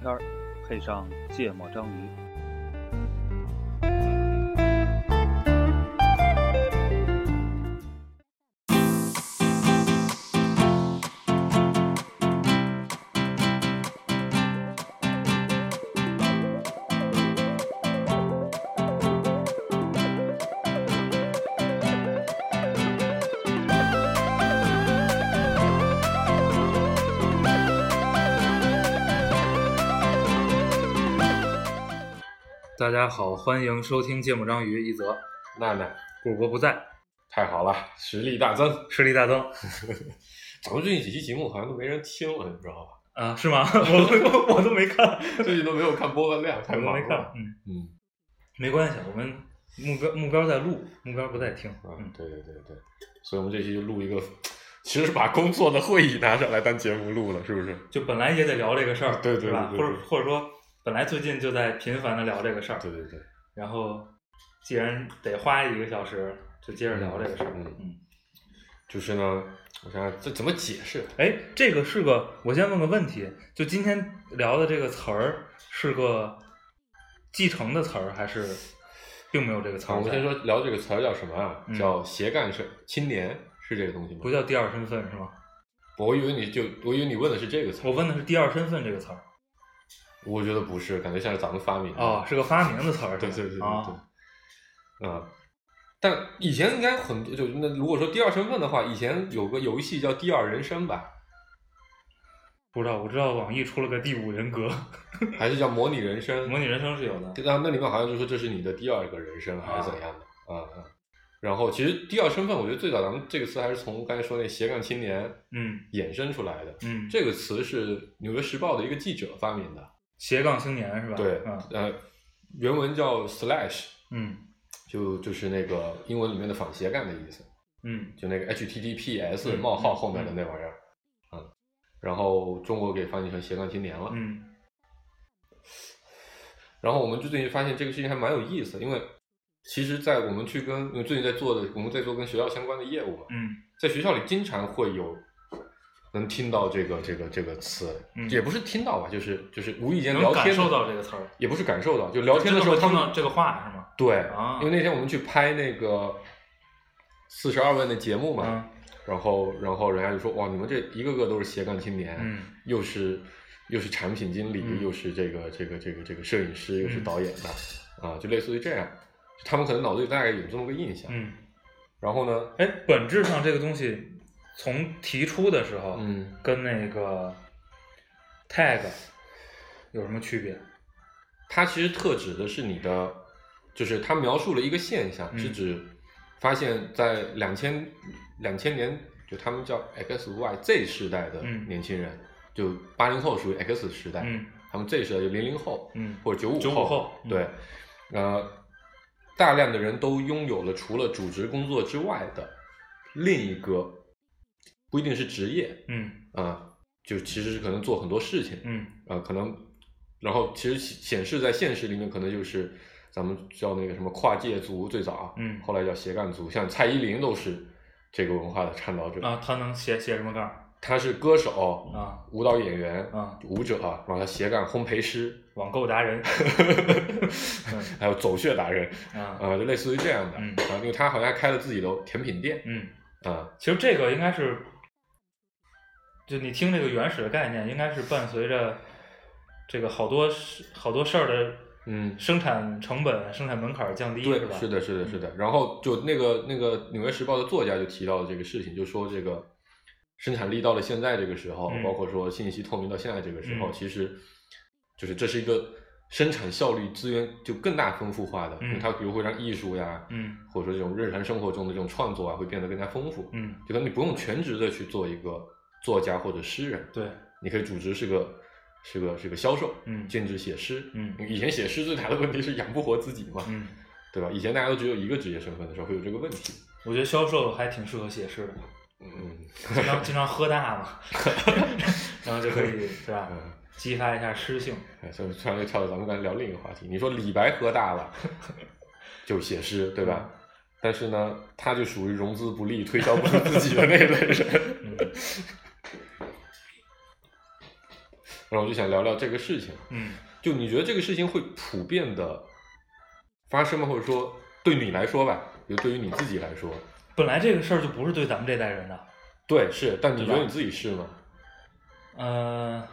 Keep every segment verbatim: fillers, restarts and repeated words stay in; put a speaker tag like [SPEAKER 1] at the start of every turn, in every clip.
[SPEAKER 1] 天，配上芥末章鱼。
[SPEAKER 2] 大家好，欢迎收听芥末章鱼一则。
[SPEAKER 3] 娜娜，
[SPEAKER 2] 顾博不在，
[SPEAKER 3] 太好了，实力大增，
[SPEAKER 2] 实力大增。
[SPEAKER 3] 咱们最近几期节目好像都没人听了，你知道吧？
[SPEAKER 2] 啊，是吗？我我都没看，
[SPEAKER 3] 最近都没有看播放量，太忙了。
[SPEAKER 2] 嗯
[SPEAKER 3] 嗯，
[SPEAKER 2] 没关系，我们目标目标在录，目标不在听。
[SPEAKER 3] 嗯，嗯对对对对，所以我们这期就录一个，其实是把工作的会议拿上来当节目录了，是不是？
[SPEAKER 2] 就本来也得聊这个事儿，
[SPEAKER 3] 对对对，
[SPEAKER 2] 吧？或者或者说。本来最近就在频繁的聊这个事儿，
[SPEAKER 3] 对对对。
[SPEAKER 2] 然后，既然得花一个小时，就接着聊这个事儿。
[SPEAKER 3] 嗯嗯。就是呢，我想想这怎么解释？
[SPEAKER 2] 哎，这个是个，我先问个问题，就今天聊的这个词儿是个继承的词儿，还是并没有这个词儿？
[SPEAKER 3] 我们先说聊这个词儿叫什么啊？
[SPEAKER 2] 嗯、
[SPEAKER 3] 叫斜杠生青年，是这个东西吗？
[SPEAKER 2] 不叫第二身份是吗？
[SPEAKER 3] 我以为你就，我以为你问的是这个词儿。
[SPEAKER 2] 我问的是第二身份这个词儿。
[SPEAKER 3] 我觉得不是，感觉像是咱们发明的
[SPEAKER 2] 哦，是个发明的词儿，
[SPEAKER 3] 对对对对对，
[SPEAKER 2] 啊、
[SPEAKER 3] 嗯，但以前应该很就那如果说第二身份的话，以前有个游戏叫《第二人生》吧？
[SPEAKER 2] 不知道，我知道网易出了个《第五人格》，
[SPEAKER 3] 还是叫《模拟人生》？
[SPEAKER 2] 模拟人生是有的，
[SPEAKER 3] 然后那里面好像就说这是你的第二个人生，还是怎样的？啊啊、嗯。然后其实第二身份，我觉得最早咱们这个词还是从刚才说那斜杠青年，
[SPEAKER 2] 嗯，
[SPEAKER 3] 衍生出来的。
[SPEAKER 2] 嗯，
[SPEAKER 3] 这个词是《纽约时报》的一个记者发明的。
[SPEAKER 2] 斜杠青年是吧？
[SPEAKER 3] 对，
[SPEAKER 2] 嗯、
[SPEAKER 3] 呃，原文叫 slash，
[SPEAKER 2] 嗯，
[SPEAKER 3] 就就是那个英文里面的反斜杠的意思。
[SPEAKER 2] 嗯，
[SPEAKER 3] 就那个 H T T P S 冒号后面的那玩意儿，嗯，嗯，然后中国给翻译成斜杠青年了。
[SPEAKER 2] 嗯，
[SPEAKER 3] 然后我们就最近发现这个事情还蛮有意思，因为其实，在我们去跟因为最近在做的，我们在做跟学校相关的业务嘛，
[SPEAKER 2] 嗯，
[SPEAKER 3] 在学校里经常会有能听到这个这个这个词，嗯、也不是听到吧，就是就是无意间聊天
[SPEAKER 2] 感受到这个词儿，
[SPEAKER 3] 也不是感受到，就聊天的时候他们
[SPEAKER 2] 这个话是吗？
[SPEAKER 3] 对，
[SPEAKER 2] 啊，
[SPEAKER 3] 因为那天我们去拍那个四十二问的节目嘛，
[SPEAKER 2] 嗯、
[SPEAKER 3] 然后然后人家就说哇，你们这一个个都是斜杠青年，
[SPEAKER 2] 嗯，
[SPEAKER 3] 又是又是产品经理，
[SPEAKER 2] 嗯、
[SPEAKER 3] 又是这个这个这个这个摄影师，又是导演的，嗯、啊，就类似于这样。他们可能脑子里大概有这么个印象，
[SPEAKER 2] 嗯，
[SPEAKER 3] 然后呢，
[SPEAKER 2] 哎，本质上这个东西从提出的时候，
[SPEAKER 3] 嗯，
[SPEAKER 2] 跟那个 tag 有什么区别？
[SPEAKER 3] 它其实特指的是你的，就是它描述了一个现象，
[SPEAKER 2] 嗯、
[SPEAKER 3] 是指发现在两千两千年，就他们叫 X Y Z 世代的年轻人，嗯、就八零后属于 X 时代，
[SPEAKER 2] 嗯，
[SPEAKER 3] 他们 Z 世代就零零后，
[SPEAKER 2] 嗯，
[SPEAKER 3] 或者九五后，
[SPEAKER 2] 九五后，
[SPEAKER 3] 对，嗯、呃。大量的人都拥有了除了主职工作之外的另一个，不一定是职业，
[SPEAKER 2] 嗯
[SPEAKER 3] 啊、呃，就其实是可能做很多事情，
[SPEAKER 2] 嗯，
[SPEAKER 3] 啊、呃，可能，然后其实显示在现实里面，可能就是咱们叫那个什么跨界族最早，
[SPEAKER 2] 嗯，
[SPEAKER 3] 后来叫斜杠族，像蔡依林都是这个文化的倡导者
[SPEAKER 2] 啊，他能写写什么杠？
[SPEAKER 3] 他是歌手
[SPEAKER 2] 啊，
[SPEAKER 3] 舞蹈演员
[SPEAKER 2] 啊，
[SPEAKER 3] 舞者，然后他斜杠烘焙师、
[SPEAKER 2] 网购达人，
[SPEAKER 3] 还有走穴达人
[SPEAKER 2] 啊，
[SPEAKER 3] 呃，就类似于这样的，
[SPEAKER 2] 嗯
[SPEAKER 3] 啊，因为他好像开了自己的甜品店，
[SPEAKER 2] 嗯
[SPEAKER 3] 啊，
[SPEAKER 2] 其实这个应该是，就你听这个原始的概念，应该是伴随着这个好多好多事儿的，
[SPEAKER 3] 嗯，
[SPEAKER 2] 生产成本、生产门槛降低，
[SPEAKER 3] 对，
[SPEAKER 2] 是吧？
[SPEAKER 3] 是的，是的，是的。然后就那个那个《纽约时报》的作家就提到了这个事情，就说这个。生产力到了现在这个时候，
[SPEAKER 2] 嗯、
[SPEAKER 3] 包括说信息透明到现在这个时候，
[SPEAKER 2] 嗯、
[SPEAKER 3] 其实就是这是一个生产效率资源就更大丰富化的，
[SPEAKER 2] 嗯、
[SPEAKER 3] 因为它比如会让艺术呀，
[SPEAKER 2] 嗯，
[SPEAKER 3] 或者说这种日常生活中的这种创作啊，会变得更加丰富。
[SPEAKER 2] 嗯，
[SPEAKER 3] 就可能你不用全职的去做一个作家或者诗人，
[SPEAKER 2] 对，
[SPEAKER 3] 你可以主职是个是个是个销售，
[SPEAKER 2] 嗯，
[SPEAKER 3] 兼职写诗，
[SPEAKER 2] 嗯，
[SPEAKER 3] 以前写诗最大的问题是养不活自己嘛，
[SPEAKER 2] 嗯，
[SPEAKER 3] 对吧？以前大家都只有一个职业身份的时候会有这个问题。
[SPEAKER 2] 我觉得销售还挺适合写诗的。
[SPEAKER 3] 嗯，
[SPEAKER 2] 经常经常喝大嘛，然后就可以对吧？
[SPEAKER 3] 嗯，
[SPEAKER 2] 激发一下诗性。
[SPEAKER 3] 哎，所以突然就跳到咱们刚才聊另一个话题。你说李白喝大了，就写诗，对吧？嗯、但是呢，他就属于融资不利、推销不出自己的那类人。
[SPEAKER 2] 嗯、
[SPEAKER 3] 然后我就想聊聊这个事情。
[SPEAKER 2] 嗯，
[SPEAKER 3] 就你觉得这个事情会普遍的发生吗？或者说对你来说吧，就对于你自己来说，
[SPEAKER 2] 本来这个事儿就不是对咱们这代人的。
[SPEAKER 3] 对，是，但你觉得你自己是吗？
[SPEAKER 2] 呃，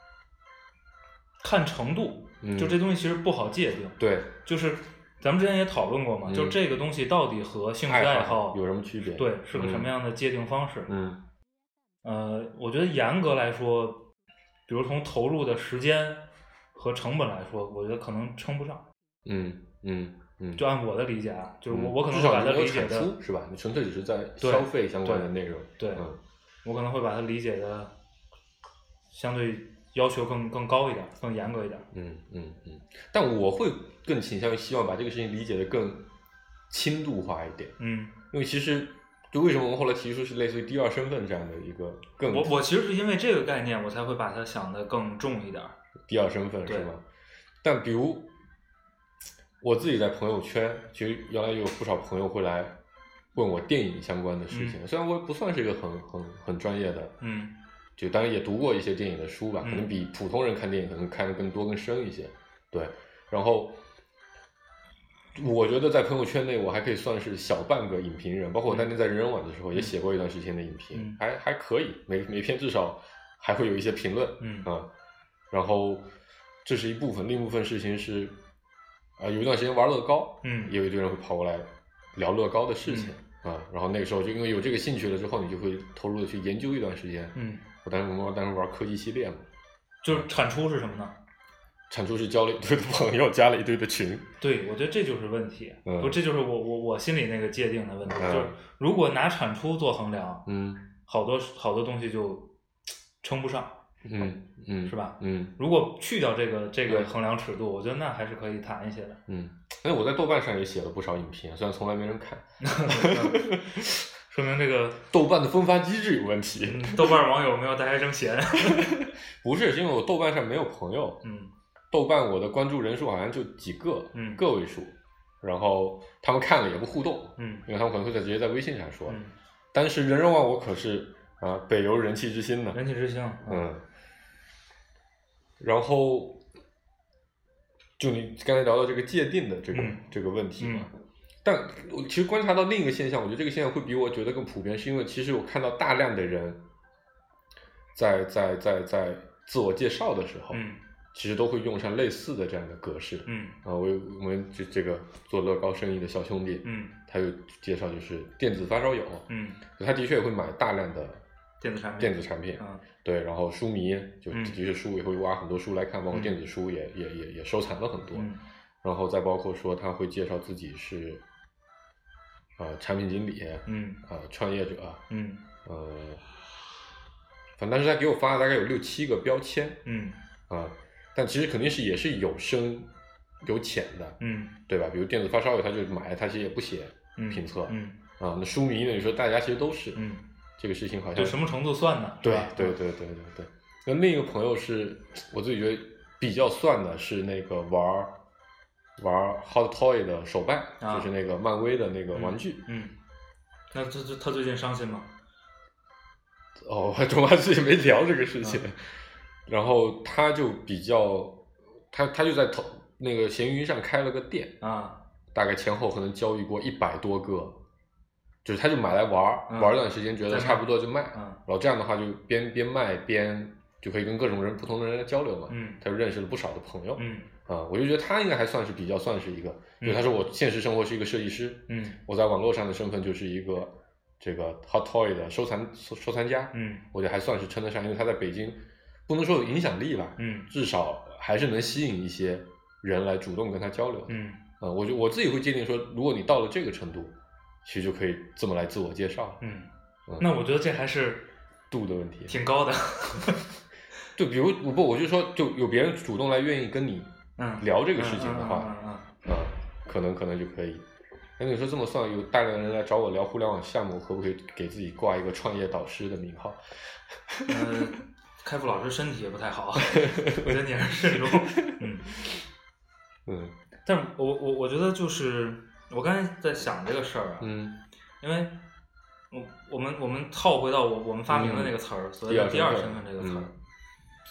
[SPEAKER 2] 看程度，
[SPEAKER 3] 嗯、
[SPEAKER 2] 就这东西其实不好界定。
[SPEAKER 3] 对，
[SPEAKER 2] 就是咱们之前也讨论过嘛，嗯、就这个东西到底和兴趣爱好
[SPEAKER 3] 有什么区别？
[SPEAKER 2] 对，是个什么样的界定方式？
[SPEAKER 3] 嗯，
[SPEAKER 2] 呃，我觉得严格来说，比如从投入的时间和成本来说，我觉得可能称不上。
[SPEAKER 3] 嗯嗯嗯，
[SPEAKER 2] 就按我的理解啊，就是我、
[SPEAKER 3] 嗯、
[SPEAKER 2] 我可能会把它理解
[SPEAKER 3] 的是吧？你纯粹只是在消费相关的内容。
[SPEAKER 2] 对，对
[SPEAKER 3] 嗯、
[SPEAKER 2] 我可能会把它理解的相对要求更更高一点，更严格一点。
[SPEAKER 3] 嗯嗯嗯，但我会更倾向于希望把这个事情理解的更轻度化一点。
[SPEAKER 2] 嗯，
[SPEAKER 3] 因为其实就为什么我们后来提出是类似于第二身份这样的一个更，
[SPEAKER 2] 我我其实是因为这个概念，我才会把它想得更重一点。
[SPEAKER 3] 第二身份是吗？但比如我自己在朋友圈，其实原来有不少朋友会来问我电影相关的事情，嗯、虽然我不算是一个很很很专业的，
[SPEAKER 2] 嗯，
[SPEAKER 3] 就当然也读过一些电影的书吧，
[SPEAKER 2] 嗯、
[SPEAKER 3] 可能比普通人看电影可能看得更多更深一些，对。然后我觉得在朋友圈内，我还可以算是小半个影评人，包括我当年在人人网的时候也写过一段时间的影评，
[SPEAKER 2] 嗯、
[SPEAKER 3] 还还可以，每每篇至少还会有一些评论，
[SPEAKER 2] 嗯
[SPEAKER 3] 啊，然后这是一部分，另一部分事情是。啊、呃，有一段时间玩乐高，
[SPEAKER 2] 嗯，
[SPEAKER 3] 也有一堆人会跑过来聊乐高的事情，
[SPEAKER 2] 嗯、
[SPEAKER 3] 啊，然后那个时候就因为有这个兴趣了之后，你就会投入的去研究一段时间，
[SPEAKER 2] 嗯，
[SPEAKER 3] 我当时我当时玩科技系列嘛，
[SPEAKER 2] 就是产出是什么呢？
[SPEAKER 3] 产出是交了一堆的朋友，加了一堆的群，
[SPEAKER 2] 对，我觉得这就是问题，
[SPEAKER 3] 嗯，
[SPEAKER 2] 不，这就是我我我心里那个界定的问题，
[SPEAKER 3] 嗯、
[SPEAKER 2] 就是如果拿产出做衡量，
[SPEAKER 3] 嗯，
[SPEAKER 2] 好多好多东西就称不上。
[SPEAKER 3] 嗯嗯，
[SPEAKER 2] 是吧？
[SPEAKER 3] 嗯，
[SPEAKER 2] 如果去掉这个这个衡量尺度，我觉得那还是可以谈一些的。
[SPEAKER 3] 嗯，因为我在豆瓣上也写了不少影评，虽然从来没人看，
[SPEAKER 2] 说明这个
[SPEAKER 3] 豆瓣的分发机制有问题。
[SPEAKER 2] 嗯、豆瓣网友没有大学生闲。
[SPEAKER 3] 不是，是因为我豆瓣上没有朋友。
[SPEAKER 2] 嗯，
[SPEAKER 3] 豆瓣我的关注人数好像就几个，
[SPEAKER 2] 嗯，
[SPEAKER 3] 个位数。然后他们看了也不互动，
[SPEAKER 2] 嗯，
[SPEAKER 3] 因为他们可能会在直接在微信上说。
[SPEAKER 2] 嗯，
[SPEAKER 3] 但是人人网我可是啊北邮人气之星呢。
[SPEAKER 2] 人气之星。
[SPEAKER 3] 嗯。嗯然后，就你刚才聊到这个界定的这个、
[SPEAKER 2] 嗯、
[SPEAKER 3] 这个问题嘛，
[SPEAKER 2] 嗯、
[SPEAKER 3] 但我其实观察到另一个现象，我觉得这个现象会比我觉得更普遍，是因为其实我看到大量的人在在在在自我介绍的时候，
[SPEAKER 2] 嗯，
[SPEAKER 3] 其实都会用上类似的这样的格式，
[SPEAKER 2] 嗯，
[SPEAKER 3] 啊，我我们这这个做乐高生意的小兄弟，
[SPEAKER 2] 嗯，
[SPEAKER 3] 他有介绍就是电子发烧友，
[SPEAKER 2] 嗯，
[SPEAKER 3] 他的确会买大量的
[SPEAKER 2] 电子产品，
[SPEAKER 3] 电子产品，
[SPEAKER 2] 嗯。
[SPEAKER 3] 对，然后书迷就
[SPEAKER 2] 嗯、
[SPEAKER 3] 的确书也会挖很多书来看，包括电子书也、嗯、也也也收藏了很多，
[SPEAKER 2] 嗯、
[SPEAKER 3] 然后再包括说他会介绍自己是，呃，产品经理，
[SPEAKER 2] 嗯，
[SPEAKER 3] 呃，创业者，
[SPEAKER 2] 嗯，
[SPEAKER 3] 呃，反正当时他给我发了大概有六七个标签，
[SPEAKER 2] 嗯，
[SPEAKER 3] 啊、呃，但其实肯定是也是有深有浅的，
[SPEAKER 2] 嗯，
[SPEAKER 3] 对吧？比如电子发烧友他就买，他其实也不写评测，
[SPEAKER 2] 嗯，
[SPEAKER 3] 啊、呃，那书迷呢？你说大家其实都是，
[SPEAKER 2] 嗯。
[SPEAKER 3] 这个事情好像
[SPEAKER 2] 对什么程度算呢？
[SPEAKER 3] 对对对对对对。那另一个朋友是我自己觉得比较算的是那个玩玩 Hot Toy 的手办，
[SPEAKER 2] 啊、
[SPEAKER 3] 就是那个漫威的那个玩具。
[SPEAKER 2] 嗯。嗯那这这他最近伤心吗？
[SPEAKER 3] 哦，我中华自己没聊这个事情。啊、然后他就比较，他他就在投那个闲鱼上开了个店
[SPEAKER 2] 啊，
[SPEAKER 3] 大概前后可能交易过一百多个。就是他就买来玩、嗯、玩一段时间，觉得差不多就卖，
[SPEAKER 2] 嗯、
[SPEAKER 3] 然后这样的话就边边卖边就可以跟各种人不同的人来交流嘛。
[SPEAKER 2] 嗯，
[SPEAKER 3] 他就认识了不少的朋友。
[SPEAKER 2] 嗯，
[SPEAKER 3] 啊，我就觉得他应该还算是比较算是一个，因为他说我现实生活是一个设计师，
[SPEAKER 2] 嗯，
[SPEAKER 3] 我在网络上的身份就是一个这个 Hot Toy 的收藏收收藏家，
[SPEAKER 2] 嗯，
[SPEAKER 3] 我觉得还算是称得上，因为他在北京不能说有影响力吧，
[SPEAKER 2] 嗯，
[SPEAKER 3] 至少还是能吸引一些人来主动跟他交流。
[SPEAKER 2] 嗯，
[SPEAKER 3] 啊，我就我自己会界定说，如果你到了这个程度。其实就可以这么来自我介绍。
[SPEAKER 2] 嗯，嗯那我觉得这还是
[SPEAKER 3] 度的问题，
[SPEAKER 2] 挺高的。
[SPEAKER 3] 就比如不，我就说，就有别人主动来愿意跟你聊这个事情的话，
[SPEAKER 2] 嗯嗯
[SPEAKER 3] 啊、嗯，可能可能就可以。那你说这么算，有大量人来找我聊互联网项目，可不可以给自己挂一个创业导师的名号？
[SPEAKER 2] 呃，开复老师身体也不太好，我觉得你还是慎重。嗯
[SPEAKER 3] 嗯，
[SPEAKER 2] 但我我我觉得就是。我刚才在想这个事儿啊，
[SPEAKER 3] 嗯，
[SPEAKER 2] 因为我我们我们套回到我我们发明的那个词儿，
[SPEAKER 3] 嗯、
[SPEAKER 2] 所谓的第二身份这个词儿，
[SPEAKER 3] 嗯、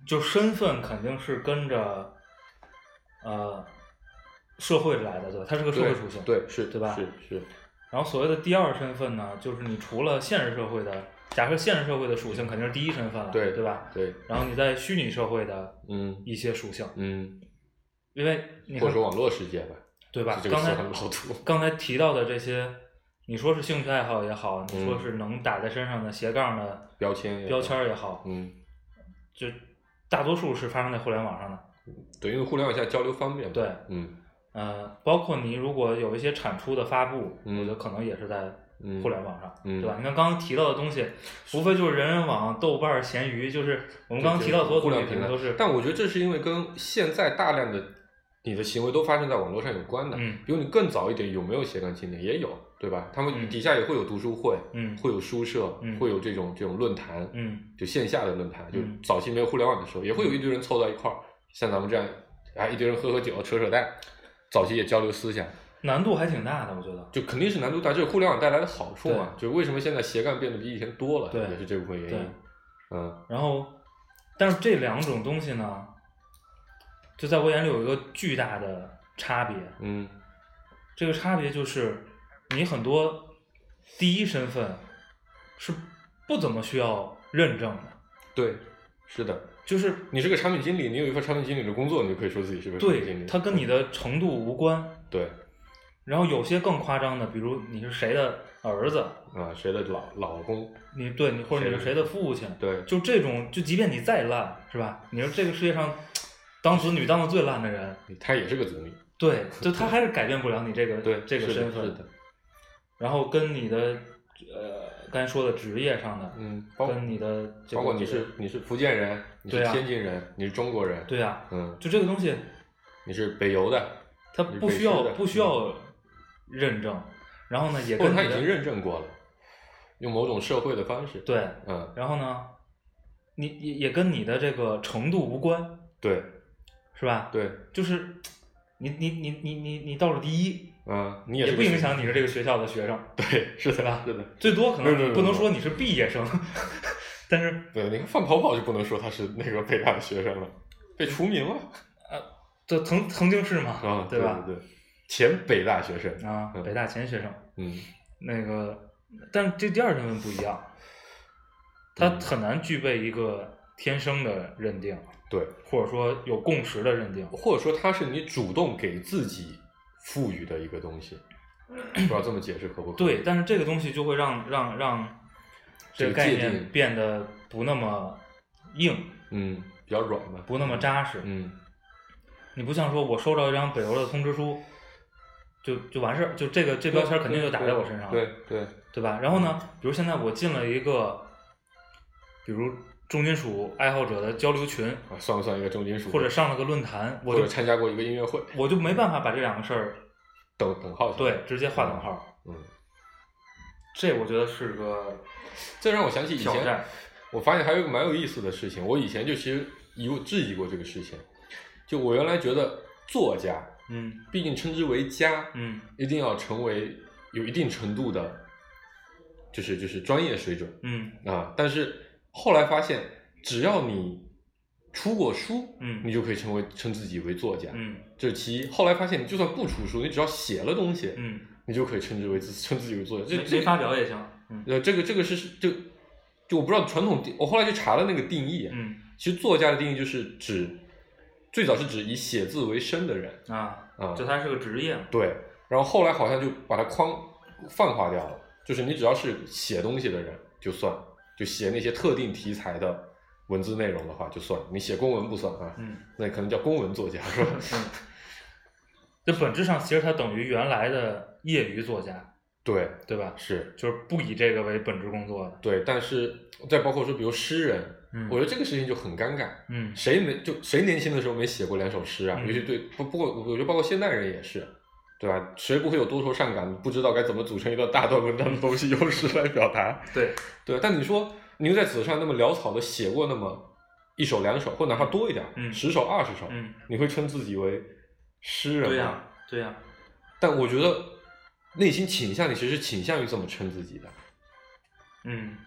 [SPEAKER 2] 就身份肯定是跟着呃社会来的，对吧？它是个社会属性，
[SPEAKER 3] 对，对是，
[SPEAKER 2] 对吧？
[SPEAKER 3] 是是。
[SPEAKER 2] 然后所谓的第二身份呢，就是你除了现实社会的，假设现实社会的属性肯定是第一身份了，
[SPEAKER 3] 对
[SPEAKER 2] 对吧？
[SPEAKER 3] 对。
[SPEAKER 2] 然后你在虚拟社会的
[SPEAKER 3] 嗯
[SPEAKER 2] 一些属性，
[SPEAKER 3] 嗯，
[SPEAKER 2] 因为你
[SPEAKER 3] 或者说网络世界吧，
[SPEAKER 2] 对吧？
[SPEAKER 3] 这个
[SPEAKER 2] 刚才
[SPEAKER 3] 老土
[SPEAKER 2] 刚才提到的这些，你说是兴趣爱好也好，你说
[SPEAKER 3] 嗯
[SPEAKER 2] 是能打在身上的斜杠的
[SPEAKER 3] 标签
[SPEAKER 2] 标签也好，
[SPEAKER 3] 嗯，
[SPEAKER 2] 就大多数是发生在互联网上的。
[SPEAKER 3] 对，因为互联网现在交流方便嘛。
[SPEAKER 2] 对，
[SPEAKER 3] 嗯。
[SPEAKER 2] 呃，包括你如果有一些产出的发布，
[SPEAKER 3] 嗯、
[SPEAKER 2] 我觉得可能也是在互联网上，
[SPEAKER 3] 嗯、
[SPEAKER 2] 对吧？你看刚刚提到的东西，无非就是人人网、豆瓣、闲鱼，就是我们刚刚提到的所有东西，可能都是。
[SPEAKER 3] 但我觉得这是因为跟现在大量的你的行为都发生在网络上有关的。
[SPEAKER 2] 嗯，
[SPEAKER 3] 比如你更早一点有没有斜杠青年？也有，对吧？他们底下也会有读书会，
[SPEAKER 2] 嗯，
[SPEAKER 3] 会有书社，
[SPEAKER 2] 嗯，
[SPEAKER 3] 会有这种这种论坛，
[SPEAKER 2] 嗯，
[SPEAKER 3] 就线下的论坛，就
[SPEAKER 2] 嗯
[SPEAKER 3] 早期没有互联网的时候，也会有一堆人凑到一块儿，像咱们这样，啊，一堆人喝喝酒、扯扯淡。早期也交流思想，
[SPEAKER 2] 难度还挺大的，我觉得。
[SPEAKER 3] 就肯定是难度大，这是互联网带来的好处嘛。就为什么现在斜杠变得比以前多了，
[SPEAKER 2] 对，
[SPEAKER 3] 也是这部分原因。嗯。
[SPEAKER 2] 然后，但是这两种东西呢，就在我眼里有一个巨大的差别。
[SPEAKER 3] 嗯。
[SPEAKER 2] 这个差别就是，你很多第一身份是不怎么需要认证的。
[SPEAKER 3] 对，是的。
[SPEAKER 2] 就是
[SPEAKER 3] 你是个产品经理，你有一份产品经理的工作，你就可以说自己是个产品经理。
[SPEAKER 2] 对，它跟你的程度无关。
[SPEAKER 3] 对。
[SPEAKER 2] 然后有些更夸张的，比如你是谁的儿子
[SPEAKER 3] 啊，谁的老老公，
[SPEAKER 2] 你对你或者你是谁的父亲，
[SPEAKER 3] 对，
[SPEAKER 2] 就这种，就即便你再烂，是吧？你是这个世界上当子女当的最烂的人，
[SPEAKER 3] 他也是个子女。
[SPEAKER 2] 对，就他还是改变不了你这个
[SPEAKER 3] 对
[SPEAKER 2] 这个身份。
[SPEAKER 3] 是的。
[SPEAKER 2] 然后跟你的呃刚才说的职业上的，
[SPEAKER 3] 嗯，
[SPEAKER 2] 跟你的、这个、
[SPEAKER 3] 包括你是你是福建人，你是天津人，啊、你是中国人，
[SPEAKER 2] 对呀、啊，
[SPEAKER 3] 嗯，
[SPEAKER 2] 就这个东西，
[SPEAKER 3] 你是北邮的，
[SPEAKER 2] 他不需要不需要认证，然后呢也跟
[SPEAKER 3] 他已经认证过了，用某种社会的方式，
[SPEAKER 2] 对，
[SPEAKER 3] 嗯，
[SPEAKER 2] 然后呢，你也也跟你的这个程度无关，
[SPEAKER 3] 对，
[SPEAKER 2] 是吧？
[SPEAKER 3] 对，
[SPEAKER 2] 就是你你你你你你倒数第一。
[SPEAKER 3] 嗯，你也是
[SPEAKER 2] 也不影响你是这个学校的学生，
[SPEAKER 3] 对，是的
[SPEAKER 2] 吧？
[SPEAKER 3] 是的，
[SPEAKER 2] 最多可能不能说你是毕业生，但是
[SPEAKER 3] 对，你看范跑跑就不能说他是那个北大的学生了，被除名了。
[SPEAKER 2] 呃，这曾曾经是嘛，
[SPEAKER 3] 啊，
[SPEAKER 2] 对吧？
[SPEAKER 3] 对对，前北大学生
[SPEAKER 2] 啊，北大前学生，
[SPEAKER 3] 嗯，
[SPEAKER 2] 那个，但是这第二身份不一样，他很难具备一个天生的认定，
[SPEAKER 3] 对，
[SPEAKER 2] 或者说有共识的认定，
[SPEAKER 3] 或者说他是你主动给自己赋予的一个东西，不知道这么解释可不可以？
[SPEAKER 2] 对，但是这个东西就会让让让这个概念变得不那么硬，
[SPEAKER 3] 嗯，比较软吧，
[SPEAKER 2] 不那么扎实，
[SPEAKER 3] 嗯，
[SPEAKER 2] 你不像说我收到一张北邮的通知书，就就完事儿，就这个这标签肯定就打在我身上了，
[SPEAKER 3] 对对
[SPEAKER 2] 对吧？然后呢，比如现在我进了一个，比如重金属爱好者的交流群，
[SPEAKER 3] 啊，算不算一个重金属？
[SPEAKER 2] 或者上了个论坛，我
[SPEAKER 3] 或者参加过一个音乐会，
[SPEAKER 2] 我就没办法把这两个事儿
[SPEAKER 3] 等等号，
[SPEAKER 2] 对，直接划等号。
[SPEAKER 3] 嗯，
[SPEAKER 2] 这我觉得是个，
[SPEAKER 3] 这让我想起以前，我发现还有一个蛮有意思的事情。我以前就其实疑质疑过这个事情，就我原来觉得作家，
[SPEAKER 2] 嗯，
[SPEAKER 3] 毕竟称之为家，
[SPEAKER 2] 嗯，
[SPEAKER 3] 一定要成为有一定程度的，就是就是专业水准，
[SPEAKER 2] 嗯
[SPEAKER 3] 啊，但是。后来发现，只要你出过书，
[SPEAKER 2] 嗯，
[SPEAKER 3] 你就可以成为称自己为作家，
[SPEAKER 2] 嗯，
[SPEAKER 3] 这是其一。后来发现，你就算不出书，你只要写了东西，
[SPEAKER 2] 嗯，
[SPEAKER 3] 你就可以称之为自称自己为作家。这
[SPEAKER 2] 没发表也行。嗯，
[SPEAKER 3] 呃，这个这个是就就我不知道传统定，我后来就查了那个定义，
[SPEAKER 2] 嗯，
[SPEAKER 3] 其实作家的定义就是指最早是指以写字为生的人
[SPEAKER 2] 啊
[SPEAKER 3] 啊，
[SPEAKER 2] 就他是个职业。
[SPEAKER 3] 对，然后后来好像就把它框泛化掉了，就是你只要是写东西的人就算。就写那些特定题材的文字内容的话就算，你写公文不算啊，
[SPEAKER 2] 嗯，
[SPEAKER 3] 那可能叫公文作家是吧？
[SPEAKER 2] 嗯，这本质上其实它等于原来的业余作家，
[SPEAKER 3] 对
[SPEAKER 2] 对吧？
[SPEAKER 3] 是，
[SPEAKER 2] 就是不以这个为本职工作的。
[SPEAKER 3] 对，但是再包括说，比如诗人，
[SPEAKER 2] 嗯，
[SPEAKER 3] 我觉得这个事情就很尴尬，
[SPEAKER 2] 嗯，
[SPEAKER 3] 谁没就谁年轻的时候没写过两首诗啊？
[SPEAKER 2] 嗯、
[SPEAKER 3] 尤其对不不过，我觉得包括现代人也是。对吧？谁不会有多愁善感，不知道该怎么组成一段大段文章的东西，用诗来表达？
[SPEAKER 2] 对
[SPEAKER 3] 对，但你说你又在纸上那么潦草的写过那么一首两首，或哪怕多一点，
[SPEAKER 2] 嗯，
[SPEAKER 3] 十首二十首，
[SPEAKER 2] 嗯，
[SPEAKER 3] 你会称自己为诗人吗？
[SPEAKER 2] 对呀、啊，对呀、啊。
[SPEAKER 3] 但我觉得内心倾向，你其实是倾向于这么称自己的。
[SPEAKER 2] 嗯，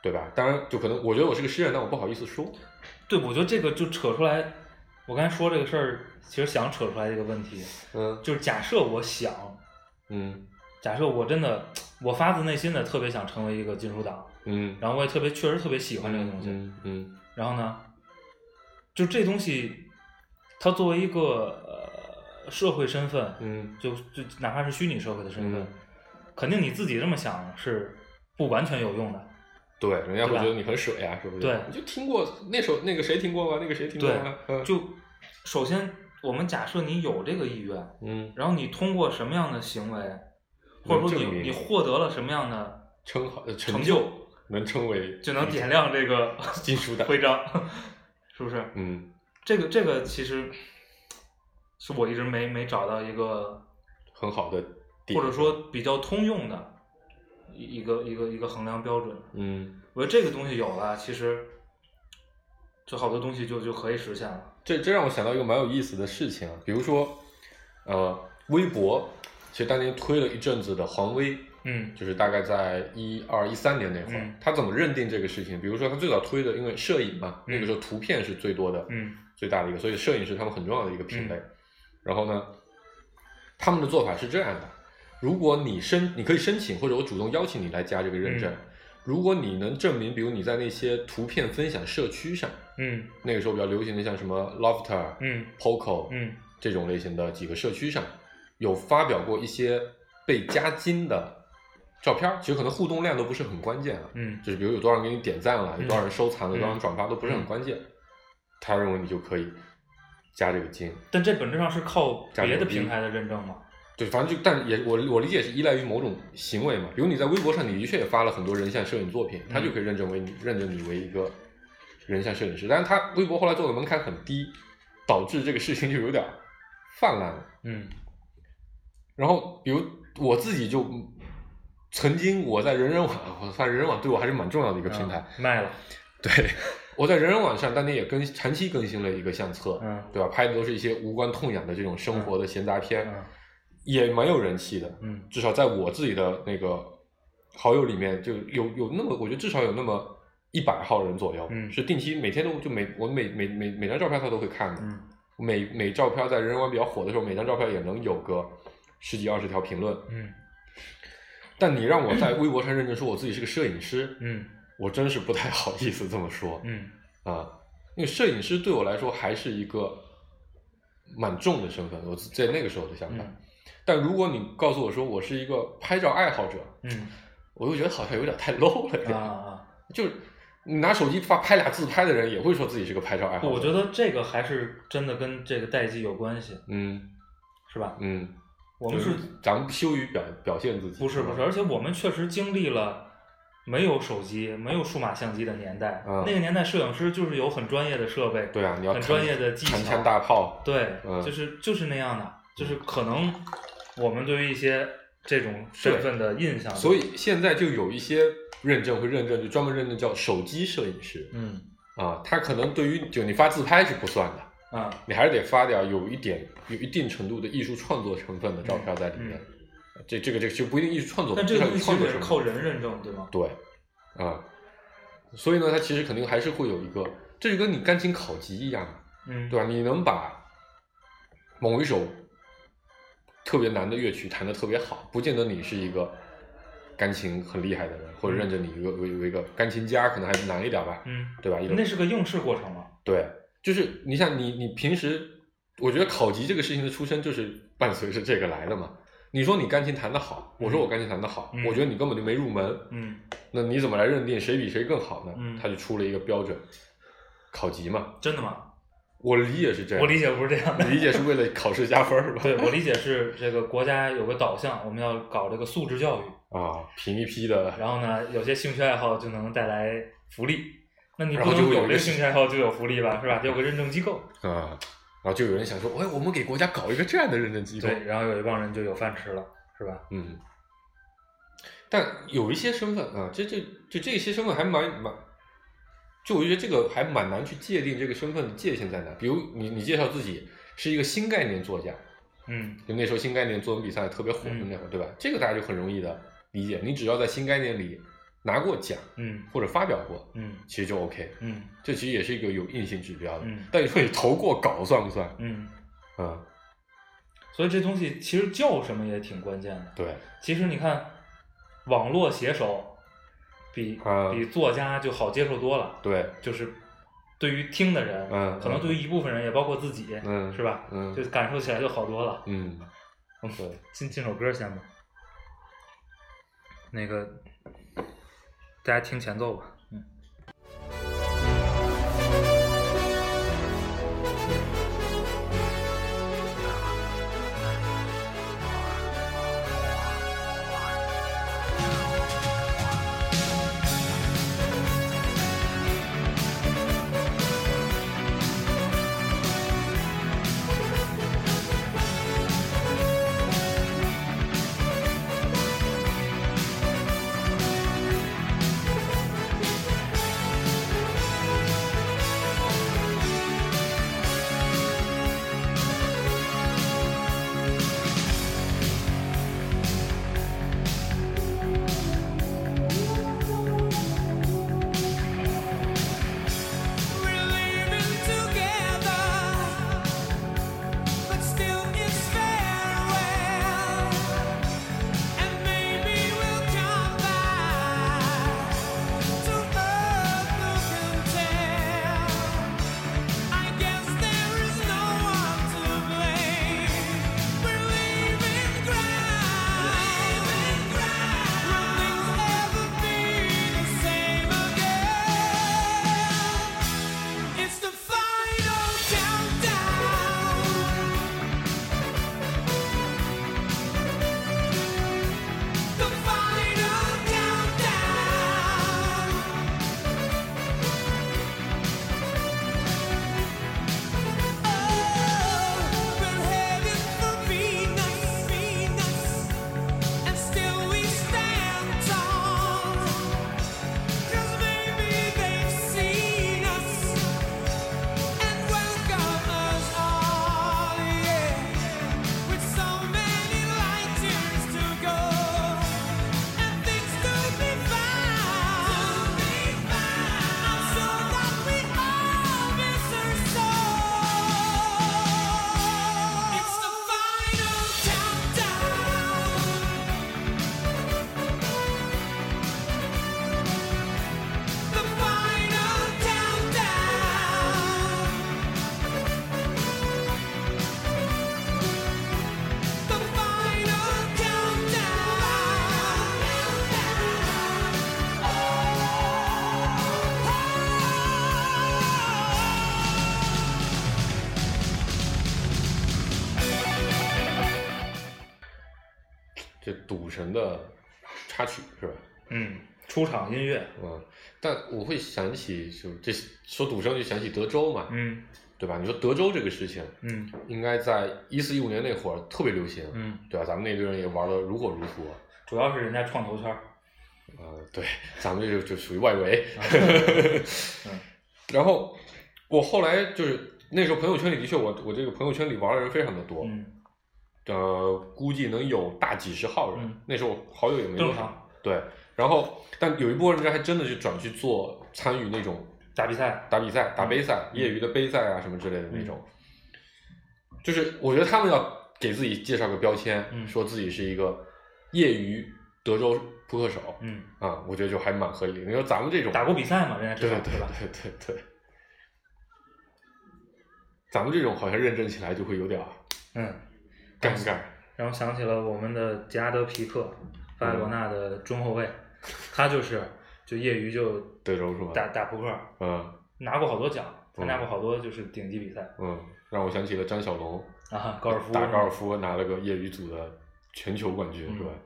[SPEAKER 3] 对吧？当然，就可能我觉得我是个诗人，但我不好意思说。
[SPEAKER 2] 对，我觉得这个就扯出来，我刚才说这个事儿，其实想扯出来一个问题，
[SPEAKER 3] 嗯，
[SPEAKER 2] 就是假设我想，
[SPEAKER 3] 嗯，
[SPEAKER 2] 假设我真的，我发自内心的特别想成为一个金属党，
[SPEAKER 3] 嗯，
[SPEAKER 2] 然后我也特别确实特别喜欢这个东西，
[SPEAKER 3] 嗯嗯，
[SPEAKER 2] 然后呢，就这东西，它作为一个呃社会身份，
[SPEAKER 3] 嗯，
[SPEAKER 2] 就就哪怕是虚拟社会的身份，
[SPEAKER 3] 嗯
[SPEAKER 2] 肯定你自己这么想是不完全有用的。
[SPEAKER 3] 对，人家会觉得你很水啊，是不是？
[SPEAKER 2] 对，
[SPEAKER 3] 你就听过那首那个谁听过吗？那个谁听过吗？
[SPEAKER 2] 对，就首先我们假设你有这个意愿，
[SPEAKER 3] 嗯，
[SPEAKER 2] 然后你通过什么样的行为，或者说你你获得了什么样的
[SPEAKER 3] 称号
[SPEAKER 2] 成就，
[SPEAKER 3] 能称为
[SPEAKER 2] 就能点亮这个
[SPEAKER 3] 金属党
[SPEAKER 2] 徽章，是不是？
[SPEAKER 3] 嗯，
[SPEAKER 2] 这个这个其实是我一直没没找到一个
[SPEAKER 3] 很好的
[SPEAKER 2] 或者说比较通用的一个一个一个衡量标准。
[SPEAKER 3] 嗯，
[SPEAKER 2] 我觉得这个东西有了，其实就好多东西就就可以实现了。
[SPEAKER 3] 这这让我想到一个蛮有意思的事情啊，比如说，呃，微博其实当年推了一阵子的黄威，
[SPEAKER 2] 嗯，
[SPEAKER 3] 就是大概在一二一三年那会儿，
[SPEAKER 2] 嗯、
[SPEAKER 3] 他怎么认定这个事情？比如说他最早推的，因为摄影嘛，嗯、那个时候图片是最多的，
[SPEAKER 2] 嗯，
[SPEAKER 3] 最大的一个，所以摄影是他们很重要的一个品类。嗯、然后呢，他们的做法是这样的。如果你申，你可以申请，或者我主动邀请你来加这个认证。嗯、如果你能证明，比如你在那些图片分享社区上，
[SPEAKER 2] 嗯，
[SPEAKER 3] 那个时候比较流行的像什么 Lofter，
[SPEAKER 2] 嗯
[SPEAKER 3] ，Poco，
[SPEAKER 2] 嗯，
[SPEAKER 3] 这种类型的几个社区上，有发表过一些被加金的照片，其实可能互动量都不是很关键啊，
[SPEAKER 2] 嗯，
[SPEAKER 3] 就是比如有多少人给你点赞了，有多少人收藏了，有多少人转发都不是很关键，
[SPEAKER 2] 嗯、
[SPEAKER 3] 他认为你就可以加这个金。
[SPEAKER 2] 但这本质上是靠别的平台的认证吗？
[SPEAKER 3] 对，反正就，但也我我理解是依赖于某种行为嘛。比如你在微博上，你的确也发了很多人像摄影作品，他就可以认证为你认证你为一个人像摄影师。但是他微博后来做的门槛很低，导致这个事情就有点泛滥了。
[SPEAKER 2] 嗯。
[SPEAKER 3] 然后，比如我自己就曾经我在人人网，我发现人人网对我还是蛮重要的一个平台。
[SPEAKER 2] 嗯、卖了。
[SPEAKER 3] 对，我在人人网上当年也更长期更新了一个相册，
[SPEAKER 2] 嗯，
[SPEAKER 3] 对吧？拍的都是一些无关痛痒的这种生活的闲杂片。
[SPEAKER 2] 嗯嗯
[SPEAKER 3] 也蛮有人气的，
[SPEAKER 2] 嗯，
[SPEAKER 3] 至少在我自己的那个好友里面，就有有那么，我觉得至少有那么一百号人左右，
[SPEAKER 2] 嗯，
[SPEAKER 3] 是定期每天都就每我每每每每张照片他都会看的，
[SPEAKER 2] 嗯，
[SPEAKER 3] 每每照片在人人网比较火的时候，每张照片也能有个十几二十条评论，
[SPEAKER 2] 嗯，
[SPEAKER 3] 但你让我在微博上认证说我自己是个摄影师，
[SPEAKER 2] 嗯，
[SPEAKER 3] 我真是不太好意思这么说，
[SPEAKER 2] 嗯，
[SPEAKER 3] 啊，因为摄影师对我来说还是一个蛮重的身份，我在那个时候的想法。
[SPEAKER 2] 嗯，
[SPEAKER 3] 但如果你告诉我说我是一个拍照爱好者，
[SPEAKER 2] 嗯，
[SPEAKER 3] 我就觉得好像有点太 low 了一点。
[SPEAKER 2] 啊啊！
[SPEAKER 3] 就是你拿手机发拍俩自拍的人，也会说自己是个拍照爱好者。
[SPEAKER 2] 我觉得这个还是真的跟这个代际有关系，
[SPEAKER 3] 嗯，
[SPEAKER 2] 是吧？
[SPEAKER 3] 嗯，
[SPEAKER 2] 我们是
[SPEAKER 3] 咱们羞于表表现自己。
[SPEAKER 2] 不是不是，而且我们确实经历了没有手机、没有数码相机的年代。
[SPEAKER 3] 嗯、
[SPEAKER 2] 那个年代，摄影师就是有很专业的设备，
[SPEAKER 3] 对啊，你要
[SPEAKER 2] 很专业的技巧，
[SPEAKER 3] 长枪大炮。
[SPEAKER 2] 对，
[SPEAKER 3] 嗯、
[SPEAKER 2] 就是就是那样的，就是可能。我们对于一些这种身份的印象，
[SPEAKER 3] 所以现在就有一些认证会认证，就专门认证叫手机摄影师。
[SPEAKER 2] 嗯，
[SPEAKER 3] 啊，他可能对于就你发自拍是不算的，
[SPEAKER 2] 啊，
[SPEAKER 3] 你还是得发点有一点有一定程度的艺术创作成分的照片在里面。
[SPEAKER 2] 嗯、
[SPEAKER 3] 这这个这个就不一定艺术创作，
[SPEAKER 2] 但这个
[SPEAKER 3] 东西其实
[SPEAKER 2] 也是靠人认证，对吗？
[SPEAKER 3] 对，啊，所以呢，它其实肯定还是会有一个，这就跟你钢琴考级一样，
[SPEAKER 2] 嗯，
[SPEAKER 3] 对吧？你能把某一首特别难的乐曲弹得特别好，不见得你是一个钢琴很厉害的人，或者认证你一个为为一个钢琴家，可能还难一点吧，
[SPEAKER 2] 嗯，
[SPEAKER 3] 对吧？
[SPEAKER 2] 那是个应试过程嘛。
[SPEAKER 3] 对，就是你像你你平时，我觉得考级这个事情的出身就是伴随着这个来的嘛。你说你钢琴弹得好，我说我钢琴弹得好，
[SPEAKER 2] 嗯、
[SPEAKER 3] 我觉得你根本就没入门，
[SPEAKER 2] 嗯，
[SPEAKER 3] 那你怎么来认定谁比谁更好呢？
[SPEAKER 2] 嗯，
[SPEAKER 3] 他就出了一个标准，考级嘛。
[SPEAKER 2] 真的吗？
[SPEAKER 3] 我理解是这样，
[SPEAKER 2] 我理解不是这样的，
[SPEAKER 3] 你理解是为了考试加分是吧？
[SPEAKER 2] 对，我理解是这个国家有个导向，我们要搞这个素质教育
[SPEAKER 3] 啊，评一批的。
[SPEAKER 2] 然后呢，有些兴趣爱好就能带来福利，那你不能有这个兴趣爱好就有福利吧，是吧？得有个认证机构
[SPEAKER 3] 啊，然后就有人想说，哎，我们给国家搞一个这样的认证机构，
[SPEAKER 2] 对，然后有一帮人就有饭吃了，是吧？
[SPEAKER 3] 嗯。但有一些身份啊，这这就这些身份还蛮蛮。就我就觉得这个还蛮难去界定这个身份的界限在哪。比如你你介绍自己是一个新概念作家，
[SPEAKER 2] 嗯，
[SPEAKER 3] 就那时候新概念作文比赛特别火的那会儿，嗯、对吧？这个大家就很容易的理解，你只要在新概念里拿过奖，
[SPEAKER 2] 嗯，
[SPEAKER 3] 或者发表过，
[SPEAKER 2] 嗯，
[SPEAKER 3] 其实就 OK，
[SPEAKER 2] 嗯，
[SPEAKER 3] 这其实也是一个有硬性指标的。
[SPEAKER 2] 嗯，
[SPEAKER 3] 但你说你投过稿算不算？
[SPEAKER 2] 嗯，
[SPEAKER 3] 嗯，
[SPEAKER 2] 所以这东西其实叫什么也挺关键的。
[SPEAKER 3] 对，
[SPEAKER 2] 其实你看，网络写手比、
[SPEAKER 3] 嗯、
[SPEAKER 2] 比作家就好接受多了。
[SPEAKER 3] 对，
[SPEAKER 2] 就是对于听的人，
[SPEAKER 3] 嗯，
[SPEAKER 2] 可能对于一部分人，也包括自己，
[SPEAKER 3] 嗯，
[SPEAKER 2] 是吧？
[SPEAKER 3] 嗯，
[SPEAKER 2] 就感受起来就好多了。
[SPEAKER 3] 嗯，对，
[SPEAKER 2] 进进首歌先吧。那个，大家听前奏吧。嗯。
[SPEAKER 3] 这赌神的插曲是吧？
[SPEAKER 2] 嗯，出场音乐。
[SPEAKER 3] 嗯，但我会想起，就这说赌神就想起德州嘛，
[SPEAKER 2] 嗯，
[SPEAKER 3] 对吧？你说德州这个事情，
[SPEAKER 2] 嗯，
[SPEAKER 3] 应该在一四一五年那会儿特别流行，
[SPEAKER 2] 嗯，
[SPEAKER 3] 对吧？咱们那堆人也玩得如火如荼。
[SPEAKER 2] 主要是人家创投圈。
[SPEAKER 3] 呃，对，咱们这就就属于外围。
[SPEAKER 2] 嗯，
[SPEAKER 3] 然后我后来就是那时候朋友圈里的确我我这个朋友圈里玩的人非常的多。
[SPEAKER 2] 嗯。
[SPEAKER 3] 呃，估计能有大几十号人，
[SPEAKER 2] 嗯、
[SPEAKER 3] 那时候好友也没多
[SPEAKER 2] 少。
[SPEAKER 3] 对，然后但有一部分人还真的就转去做参与那种
[SPEAKER 2] 打比赛、
[SPEAKER 3] 打比赛、打杯赛、
[SPEAKER 2] 嗯、
[SPEAKER 3] 业余的杯赛啊什么之类的那种。
[SPEAKER 2] 嗯、
[SPEAKER 3] 就是我觉得他们要给自己介绍个标签，
[SPEAKER 2] 嗯、
[SPEAKER 3] 说自己是一个业余德州扑克手。
[SPEAKER 2] 嗯
[SPEAKER 3] 啊，我觉得就还蛮合理的。你说咱们这种
[SPEAKER 2] 打过比赛嘛，人家知道
[SPEAKER 3] 对
[SPEAKER 2] 吧？
[SPEAKER 3] 对对对对。咱们这种好像认证起来就会有点
[SPEAKER 2] 嗯
[SPEAKER 3] 尴尬。
[SPEAKER 2] 然后想起了我们的杰拉德皮克，巴塞罗那的中后卫，嗯、他就是就业余就
[SPEAKER 3] 德州是吧？
[SPEAKER 2] 打打扑克，
[SPEAKER 3] 嗯，
[SPEAKER 2] 拿过好多奖，参加过好多就是顶级比赛。
[SPEAKER 3] 嗯，让我想起了张小龙
[SPEAKER 2] 啊，高尔夫
[SPEAKER 3] 打高尔夫拿了个业余组的全球冠军，嗯、是吧？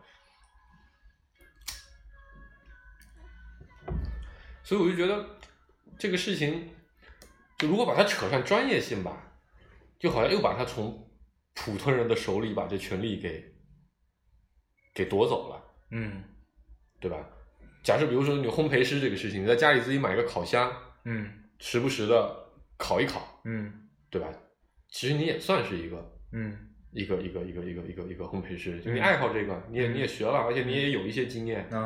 [SPEAKER 3] 所以我就觉得这个事情，就如果把它扯上专业性吧，就好像又把它从普通人的手里把这权利给给夺走了，
[SPEAKER 2] 嗯，
[SPEAKER 3] 对吧？假设比如说你烘焙师这个事情，你在家里自己买个烤箱，
[SPEAKER 2] 嗯，
[SPEAKER 3] 时不时的烤一烤，
[SPEAKER 2] 嗯，
[SPEAKER 3] 对吧？其实你也算是一个，
[SPEAKER 2] 嗯，
[SPEAKER 3] 一个一个一个一个一个一个烘焙师，就你爱好这个，你也你也学了，而且你也有一些经验
[SPEAKER 2] 啊，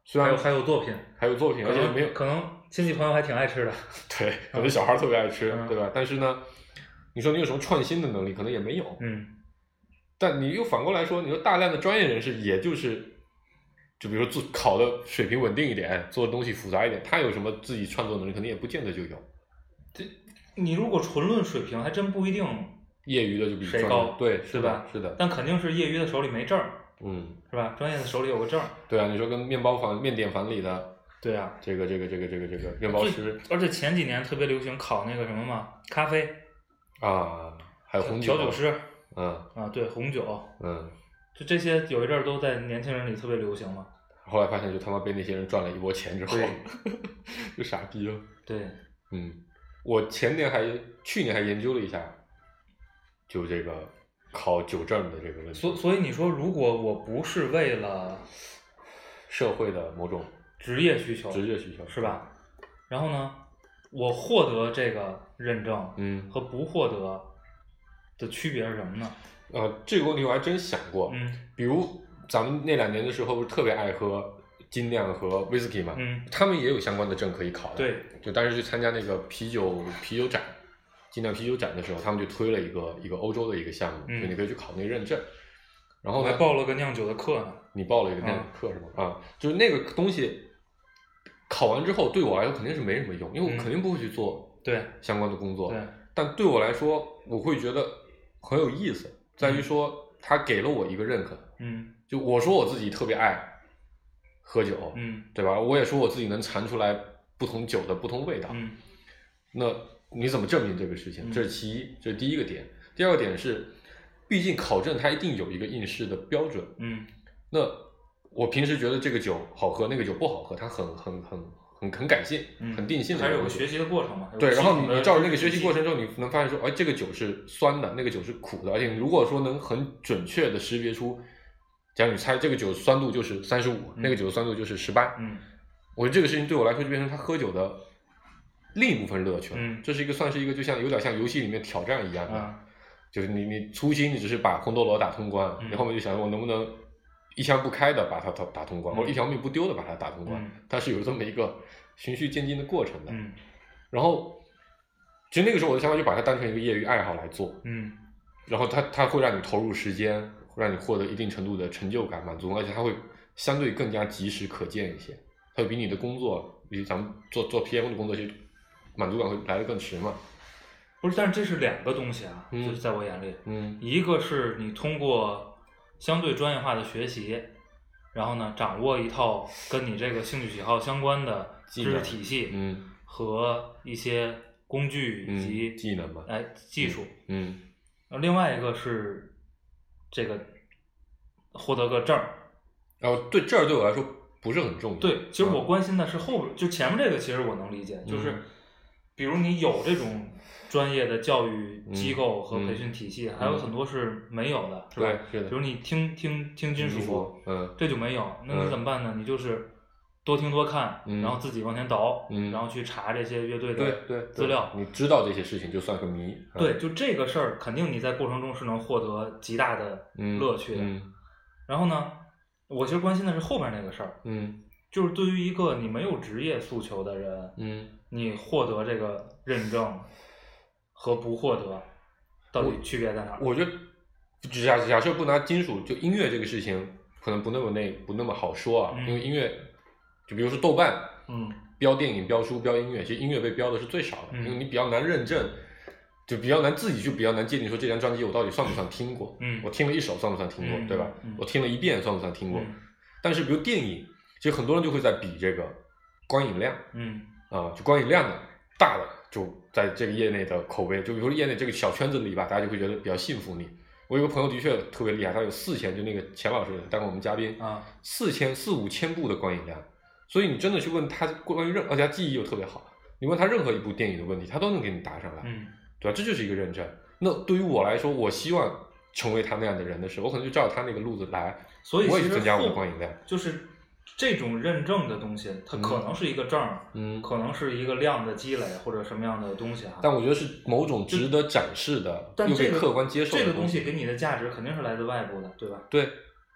[SPEAKER 3] 虽然
[SPEAKER 2] 还有还有作品，
[SPEAKER 3] 还有作品，
[SPEAKER 2] 可
[SPEAKER 3] 而且没有
[SPEAKER 2] 能可能亲戚朋友还挺爱吃的。
[SPEAKER 3] 对，有的小孩特别爱吃，
[SPEAKER 2] 嗯、
[SPEAKER 3] 对吧？但是呢，你说你有什么创新的能力，可能也没有。
[SPEAKER 2] 嗯。
[SPEAKER 3] 但你又反过来说，你说大量的专业人士，也就是，就比如说做考的水平稳定一点，做的东西复杂一点，他有什么自己创作能力，可能也不见得就有。
[SPEAKER 2] 这你如果纯论水平，还真不一定。
[SPEAKER 3] 业余的就比
[SPEAKER 2] 谁高，
[SPEAKER 3] 对，
[SPEAKER 2] 是吧？
[SPEAKER 3] 是的。
[SPEAKER 2] 但肯定是业余的手里没证儿，
[SPEAKER 3] 嗯，
[SPEAKER 2] 是吧？专业的手里有个证儿。
[SPEAKER 3] 对啊，你说跟面包房、面点房里的，
[SPEAKER 2] 对啊，
[SPEAKER 3] 这个这个这个这个这个面包师，
[SPEAKER 2] 而且前几年特别流行考那个什么嘛，咖啡
[SPEAKER 3] 啊，还有红酒，
[SPEAKER 2] 调酒师，
[SPEAKER 3] 嗯
[SPEAKER 2] 啊，对，红酒，
[SPEAKER 3] 嗯，
[SPEAKER 2] 就这些有一阵儿都在年轻人里特别流行嘛。
[SPEAKER 3] 后来发现，就他妈被那些人赚了一波钱之后，就傻逼了。
[SPEAKER 2] 对，
[SPEAKER 3] 嗯，我前年还去年还研究了一下，就这个考酒证的这个问题。
[SPEAKER 2] 所所以你说，如果我不是为了
[SPEAKER 3] 社会的某种
[SPEAKER 2] 职业需求，
[SPEAKER 3] 职业需求
[SPEAKER 2] 是吧？然后呢，我获得这个认证，
[SPEAKER 3] 嗯，
[SPEAKER 2] 和不获得的区别是什么呢？
[SPEAKER 3] 呃，这个问题我还真想过。
[SPEAKER 2] 嗯，
[SPEAKER 3] 比如咱们那两年的时候，特别爱喝精酿和 whisky 嘛，
[SPEAKER 2] 嗯，
[SPEAKER 3] 他们也有相关的证可以考的。
[SPEAKER 2] 对，
[SPEAKER 3] 就当时去参加那个啤酒啤酒展，精酿啤酒展的时候，他们就推了一个一个欧洲的一个项目，
[SPEAKER 2] 嗯、
[SPEAKER 3] 就你可以去考那个认证。然后
[SPEAKER 2] 我还报了个酿酒的课呢。
[SPEAKER 3] 你报了一个酿酒课是吗？啊，就是那个东西考完之后，对我来说肯定是没什么用，因为我肯定不会去做
[SPEAKER 2] 对
[SPEAKER 3] 相关的工作。
[SPEAKER 2] 对，
[SPEAKER 3] 但对我来说，我会觉得很有意思，在于说他给了我一个认可。
[SPEAKER 2] 嗯，
[SPEAKER 3] 就我说我自己特别爱喝酒，
[SPEAKER 2] 嗯，
[SPEAKER 3] 对吧？我也说我自己能尝出来不同酒的不同味道。
[SPEAKER 2] 嗯，
[SPEAKER 3] 那你怎么证明这个事情？
[SPEAKER 2] 嗯、
[SPEAKER 3] 这是其一，这是第一个点。第二个点是，毕竟考证它一定有一个应试的标准。
[SPEAKER 2] 嗯，
[SPEAKER 3] 那我平时觉得这个酒好喝，那个酒不好喝，它很很很很很感性，
[SPEAKER 2] 嗯、
[SPEAKER 3] 很定性的。
[SPEAKER 2] 还是有个学习的过程嘛？
[SPEAKER 3] 对，然后你你照着那个学习过程中，你能发现说，哎，这个酒是酸的，那个酒是苦的，而且你如果说能很准确的识别出，假如你猜这个酒酸度就是三十五，那个酒的酸度就是十八，
[SPEAKER 2] 嗯，
[SPEAKER 3] 我觉得这个事情对我来说就变成他喝酒的另一部分乐趣了。
[SPEAKER 2] 嗯，
[SPEAKER 3] 这是一个算是一个就像有点像游戏里面挑战一样的，
[SPEAKER 2] 嗯、
[SPEAKER 3] 就是你你初心你只是把红斗罗打通关，
[SPEAKER 2] 嗯、
[SPEAKER 3] 你后面就想我能不能一枪不开的把它打打通关，
[SPEAKER 2] 嗯、
[SPEAKER 3] 或者一条命不丢的把它打通关，
[SPEAKER 2] 嗯、
[SPEAKER 3] 它是有这么一个循序渐进的过程的。
[SPEAKER 2] 嗯，
[SPEAKER 3] 然后其实那个时候我的想法就把它当成一个业余爱好来做。
[SPEAKER 2] 嗯，然
[SPEAKER 3] 后它它会让你投入时间，会让你获得一定程度的成就感满足，而且它会相对更加及时可见一些，它会比你的工作，比咱们做做 P M 的工作，其实满足感会来得更迟嘛。
[SPEAKER 2] 不是，但是这是两个东西啊，
[SPEAKER 3] 嗯、
[SPEAKER 2] 就是在我眼里，
[SPEAKER 3] 嗯，
[SPEAKER 2] 一个是你通过相对专业化的学习，然后呢，掌握一套跟你这个兴趣喜好相关的知识体系，
[SPEAKER 3] 嗯，
[SPEAKER 2] 和一些工具以及、
[SPEAKER 3] 嗯、技能嘛，
[SPEAKER 2] 哎，技术，
[SPEAKER 3] 嗯，
[SPEAKER 2] 嗯，另外一个是这个获得个证儿，
[SPEAKER 3] 然后对证儿对我来说不是很重要。
[SPEAKER 2] 对，其实我关心的是后边，嗯、就前面这个，其实我能理解，就是、嗯、比如你有这种专业的教育机构和培训体系，
[SPEAKER 3] 嗯、
[SPEAKER 2] 还有很多是没有的，是吧？
[SPEAKER 3] 对，是的。
[SPEAKER 2] 比如你听听听金属，
[SPEAKER 3] 嗯，
[SPEAKER 2] 这就没有，那你怎么办呢？嗯、你就是多听多看，
[SPEAKER 3] 嗯、
[SPEAKER 2] 然后自己往前倒，
[SPEAKER 3] 嗯、
[SPEAKER 2] 然后去查这些乐队的
[SPEAKER 3] 对对
[SPEAKER 2] 资料。
[SPEAKER 3] 你知道这些事情就算个谜。嗯、
[SPEAKER 2] 对，就这个事儿，肯定你在过程中是能获得极大的乐趣的。
[SPEAKER 3] 嗯嗯、
[SPEAKER 2] 然后呢，我其实关心的是后边那个事儿。
[SPEAKER 3] 嗯。
[SPEAKER 2] 就是对于一个你没有职业诉求的人，
[SPEAKER 3] 嗯，
[SPEAKER 2] 你获得这个认证和不获得，到底区别在哪儿？
[SPEAKER 3] 我觉得，假假设不拿金属，就音乐这个事情，可能不那么那不那么好说啊，
[SPEAKER 2] 嗯、
[SPEAKER 3] 因为音乐，就比如说豆瓣，
[SPEAKER 2] 嗯，
[SPEAKER 3] 标电影、标书、标音乐，其实音乐被标的是最少的，
[SPEAKER 2] 嗯、
[SPEAKER 3] 因为你比较难认证，就比较难自己就比较难界定说这张专辑我到底算不算听过，
[SPEAKER 2] 嗯，
[SPEAKER 3] 我听了一首算不算听过，
[SPEAKER 2] 嗯、
[SPEAKER 3] 对吧？
[SPEAKER 2] 嗯、
[SPEAKER 3] 我听了一遍算不算听过？
[SPEAKER 2] 嗯、
[SPEAKER 3] 但是比如电影。其实很多人就会在比这个观影量，
[SPEAKER 2] 嗯
[SPEAKER 3] 啊，就观影量的大的，就在这个业内的口碑，就比如说业内这个小圈子里吧，大家就会觉得比较信服你。我有个朋友的确特别厉害，他有四千，就那个钱老师当我们嘉宾
[SPEAKER 2] 啊，
[SPEAKER 3] 四千四五千部的观影量，所以你真的去问他关于任，而且他记忆又特别好，你问他任何一部电影的问题，他都能给你答上来，
[SPEAKER 2] 嗯，
[SPEAKER 3] 对吧？这就是一个认证。那对于我来说，我希望成为他那样的人的时候，我可能就照他那个路子来，
[SPEAKER 2] 所以
[SPEAKER 3] 我也增加我的观影量，
[SPEAKER 2] 就是。这种认证的东西，它可能是一个证儿，
[SPEAKER 3] 嗯，
[SPEAKER 2] 可能是一个量的积累或者什么样的东西啊。
[SPEAKER 3] 但我觉得是某种值得展示的，
[SPEAKER 2] 但
[SPEAKER 3] 又被客观接受的
[SPEAKER 2] 这个东西给你的价值肯定是来自外部的，对吧？
[SPEAKER 3] 对，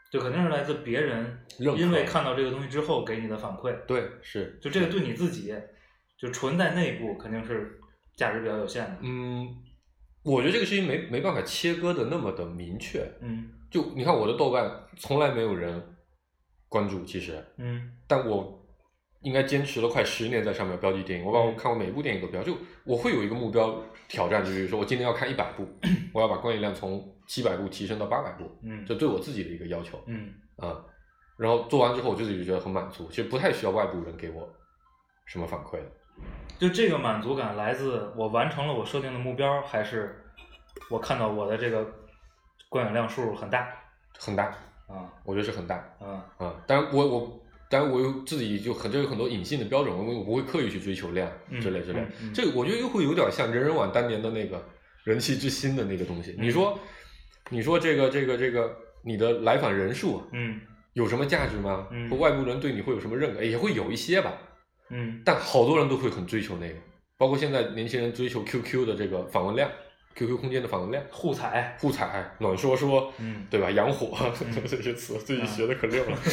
[SPEAKER 2] 就肯定是来自别人，因为看到这个东西之后给你的反馈。
[SPEAKER 3] 对，是。
[SPEAKER 2] 就这个对你自己，就纯在内部肯定是价值比较有限的。
[SPEAKER 3] 嗯，我觉得这个事情没没办法切割的那么的明确。
[SPEAKER 2] 嗯，
[SPEAKER 3] 就你看我的豆瓣从来没有人关注，其实，
[SPEAKER 2] 嗯，
[SPEAKER 3] 但我应该坚持了快十年在上面标记电影，我把我看过每一部电影都标，就我会有一个目标挑战，就比如说我今年要看一百部，我要把观影量从七百部提升到八百部，
[SPEAKER 2] 嗯，
[SPEAKER 3] 这对我自己的一个要求，
[SPEAKER 2] 嗯
[SPEAKER 3] 啊，然后做完之后我自己就觉得很满足，其实不太需要外部人给我什么反馈的。
[SPEAKER 2] 就这个满足感来自我完成了我设定的目标，还是我看到我的这个观影量数很大？
[SPEAKER 3] 很大
[SPEAKER 2] 啊，
[SPEAKER 3] 我觉得是很大
[SPEAKER 2] 啊
[SPEAKER 3] 啊，当然我我。当然，我有自己就很这有很多隐性的标准，我我不会刻意去追求量之类之类。
[SPEAKER 2] 嗯嗯嗯、
[SPEAKER 3] 这个我觉得又会有点像人人网当年的那个人气之星的那个东西。嗯、你说，你说这个这个这个你的来访人数，
[SPEAKER 2] 嗯，
[SPEAKER 3] 有什么价值吗？
[SPEAKER 2] 嗯，
[SPEAKER 3] 或外部人对你会有什么认可？也会有一些吧。
[SPEAKER 2] 嗯，
[SPEAKER 3] 但好多人都会很追求那个，包括现在年轻人追求 Q Q 的这个访问量。Q Q 空间的访问量，
[SPEAKER 2] 互踩、
[SPEAKER 3] 互踩、暖说说，
[SPEAKER 2] 嗯，
[SPEAKER 3] 对吧？洋火、
[SPEAKER 2] 嗯、
[SPEAKER 3] 这些词自己学的可溜了。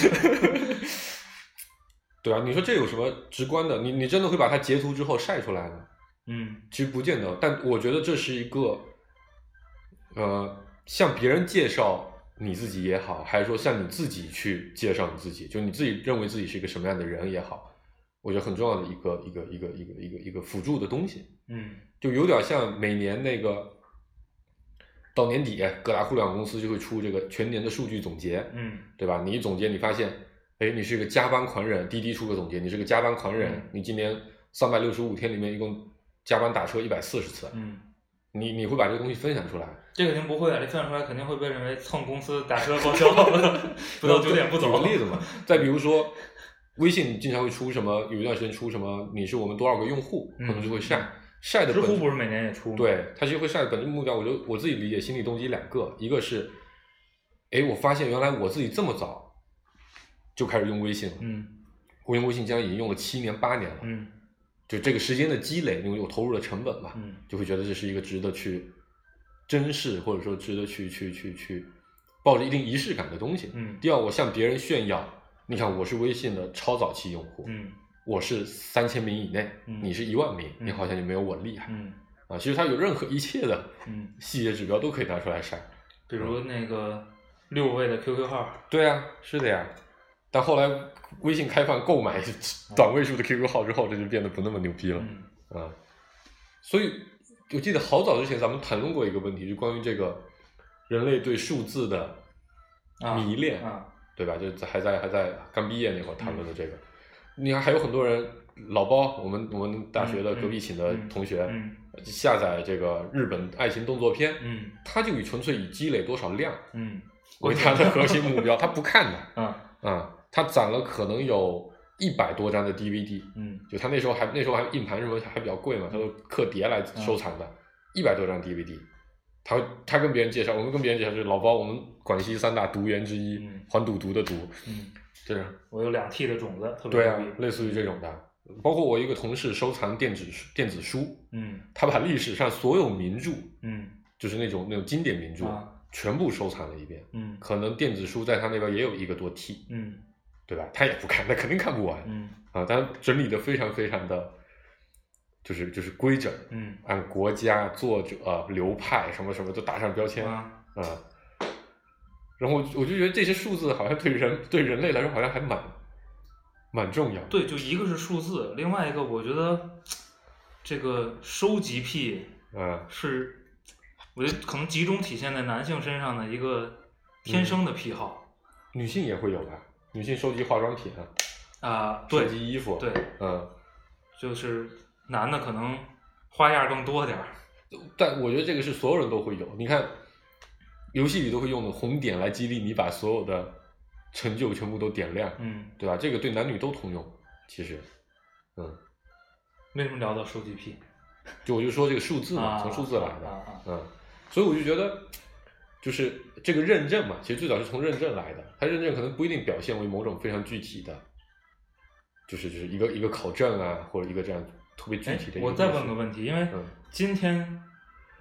[SPEAKER 3] 对啊，你说这有什么直观的？你你真的会把它截图之后晒出来吗？
[SPEAKER 2] 嗯，
[SPEAKER 3] 其实不见得，但我觉得这是一个，呃，向别人介绍你自己也好，还是说向你自己去介绍你自己，就你自己认为自己是一个什么样的人也好，我觉得很重要的一个一个一个一个一个一个辅助的东西。
[SPEAKER 2] 嗯，
[SPEAKER 3] 就有点像每年那个到年底，各大互联网公司就会出这个全年的数据总结，
[SPEAKER 2] 嗯，
[SPEAKER 3] 对吧？你一总结，你发现。哎，你是个加班狂人，滴滴出个总结，你是个加班狂人，
[SPEAKER 2] 嗯、
[SPEAKER 3] 你今年三百六十五天里面一共加班打车一百四十次，
[SPEAKER 2] 嗯，
[SPEAKER 3] 你你会把这个东西分享出来？
[SPEAKER 2] 这肯定不会啊，这分享出来肯定会被认为蹭公司打车报销，不到九点不走。
[SPEAKER 3] 举个例子嘛，再比如说，微信经常会出什么，有一段时间出什么，你是我们多少个用户，可能就会晒、嗯、晒的。
[SPEAKER 2] 知乎不是每年也出吗？
[SPEAKER 3] 对，它其实会晒的本质目标，我就我自己理解心理动机两个，一个是，哎，我发现原来我自己这么早。就开始用微信了，
[SPEAKER 2] 嗯，
[SPEAKER 3] 我用微信将已经用了七年八年了，
[SPEAKER 2] 嗯，
[SPEAKER 3] 就这个时间的积累，因为有投入的成本嘛，
[SPEAKER 2] 嗯，
[SPEAKER 3] 就会觉得这是一个值得去珍视，或者说值得去去去去抱着一定仪式感的东西，
[SPEAKER 2] 嗯。
[SPEAKER 3] 第二，我向别人炫耀，你看我是微信的超早期用户，
[SPEAKER 2] 嗯，
[SPEAKER 3] 我是三千名以内，
[SPEAKER 2] 嗯、
[SPEAKER 3] 你是一万名，
[SPEAKER 2] 嗯、
[SPEAKER 3] 你好像就没有我厉害，
[SPEAKER 2] 嗯，
[SPEAKER 3] 啊，其实它有任何一切的，
[SPEAKER 2] 嗯，
[SPEAKER 3] 细节指标都可以拿出来晒，
[SPEAKER 2] 比如那个六位的 Q Q 号，
[SPEAKER 3] 对啊，是的呀。但后来微信开放购买短位数的 Q Q 号之后，这就变得不那么牛逼了，
[SPEAKER 2] 嗯
[SPEAKER 3] 啊，所以我记得好早之前咱们谈论过一个问题，就关于这个人类对数字的迷恋，
[SPEAKER 2] 啊啊、
[SPEAKER 3] 对吧？就还在还在刚毕业那会儿谈论的这个，嗯、你看还有很多人，老包，我们我们大学的隔壁寝的同学，
[SPEAKER 2] 嗯嗯、
[SPEAKER 3] 下载这个日本爱情动作片，
[SPEAKER 2] 嗯，
[SPEAKER 3] 他就以纯粹以积累多少量，
[SPEAKER 2] 嗯，
[SPEAKER 3] 为他的核心目标，他不看的，
[SPEAKER 2] 啊
[SPEAKER 3] 啊。他攒了可能有一百多张的 D V D，
[SPEAKER 2] 嗯，
[SPEAKER 3] 就他那时候还那时候还硬盘什么还比较贵嘛，他都刻碟来收藏的，一百、嗯、多张 D V D， 他他跟别人介绍，我们跟别人介绍就是老包，我们广西三大毒源之一，
[SPEAKER 2] 嗯、
[SPEAKER 3] 黄赌毒的毒，
[SPEAKER 2] 嗯，
[SPEAKER 3] 这样，
[SPEAKER 2] 我有两 T 的种子，特别
[SPEAKER 3] 对啊，类似于这种的，包括我一个同事收藏电子电子书，
[SPEAKER 2] 嗯，
[SPEAKER 3] 他把历史上所有名著，
[SPEAKER 2] 嗯，
[SPEAKER 3] 就是那种那种经典名著，
[SPEAKER 2] 啊、
[SPEAKER 3] 全部收藏了一遍，
[SPEAKER 2] 嗯，
[SPEAKER 3] 可能电子书在他那边也有一个多 T，
[SPEAKER 2] 嗯。
[SPEAKER 3] 对吧？他也不看，那肯定看不完。
[SPEAKER 2] 嗯
[SPEAKER 3] 啊，但整理的非常非常的，就是就是规整。
[SPEAKER 2] 嗯，
[SPEAKER 3] 按国家、作者、呃、流派什么什么都打上标签啊、嗯。然后我就觉得这些数字好像对人对人类来说好像还蛮蛮重要。
[SPEAKER 2] 对，就一个是数字，另外一个我觉得这个收集癖，
[SPEAKER 3] 嗯，
[SPEAKER 2] 是我觉得可能集中体现在男性身上的一个天生的癖好。
[SPEAKER 3] 嗯女性也会有吧？女性收集化妆品
[SPEAKER 2] 啊，啊，对，
[SPEAKER 3] 收集衣服，
[SPEAKER 2] 对，
[SPEAKER 3] 嗯，
[SPEAKER 2] 就是男的可能花样更多点儿，
[SPEAKER 3] 但我觉得这个是所有人都会有。你看，游戏里都会用的红点来激励你把所有的成就全部都点亮，
[SPEAKER 2] 嗯，
[SPEAKER 3] 对吧？这个对男女都通用，其实，嗯。
[SPEAKER 2] 为什么聊到收集癖？
[SPEAKER 3] 就我就说这个数字嘛，
[SPEAKER 2] 啊、
[SPEAKER 3] 从数字来的，
[SPEAKER 2] 啊啊啊、
[SPEAKER 3] 嗯，所以我就觉得。就是这个认证嘛，其实最早是从认证来的。它认证可能不一定表现为某种非常具体的，就是就是一个一个考证啊，或者一个这样特别具体的一个。
[SPEAKER 2] 我再问个问题，因为今天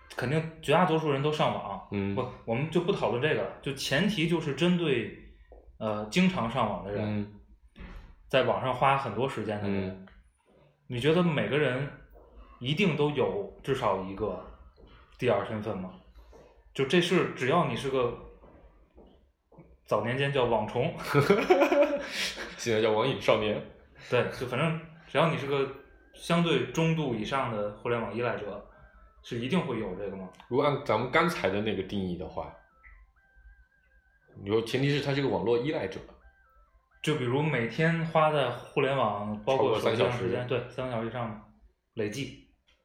[SPEAKER 2] 肯定绝大多数人都上网，
[SPEAKER 3] 嗯，
[SPEAKER 2] 不，我们就不讨论这个了，就前提就是针对呃经常上网的人，
[SPEAKER 3] 嗯，
[SPEAKER 2] 在网上花很多时间的人，
[SPEAKER 3] 嗯，
[SPEAKER 2] 你觉得每个人一定都有至少一个第二身份吗？就这是只要你是个早年间叫网虫，
[SPEAKER 3] 现在叫网瘾少年，
[SPEAKER 2] 对，就反正只要你是个相对中度以上的互联网依赖者，是一定会有这个吗？
[SPEAKER 3] 如果按咱们刚才的那个定义的话，你说前提是他是个网络依赖者，
[SPEAKER 2] 就比如每天花在互联网，包括手机上时间，
[SPEAKER 3] 超过三小时，
[SPEAKER 2] 对，三个小时以上累计。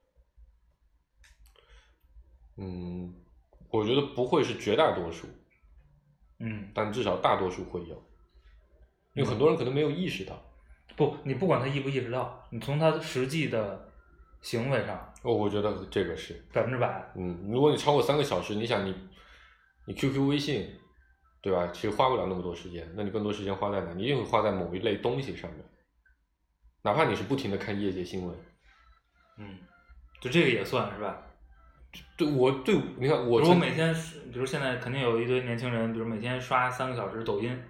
[SPEAKER 3] 嗯，我觉得不会是绝大多数，
[SPEAKER 2] 嗯，
[SPEAKER 3] 但至少大多数会有，因为很多人可能没有意识到。
[SPEAKER 2] 不，你不管他意不意识到，你从他实际的行为上，
[SPEAKER 3] 哦，我觉得这个是
[SPEAKER 2] 百分之百。
[SPEAKER 3] 嗯，如果你超过三个小时，你想你你 Q Q 微信，对吧？其实花不了那么多时间，那你更多时间花在哪？你一定会花在某一类东西上面，哪怕你是不停的看业界新闻。
[SPEAKER 2] 嗯，就这个也算是吧？
[SPEAKER 3] 对，我对，你看我
[SPEAKER 2] 如果每天，比如现在肯定有一堆年轻人，比如每天刷三个小时抖音，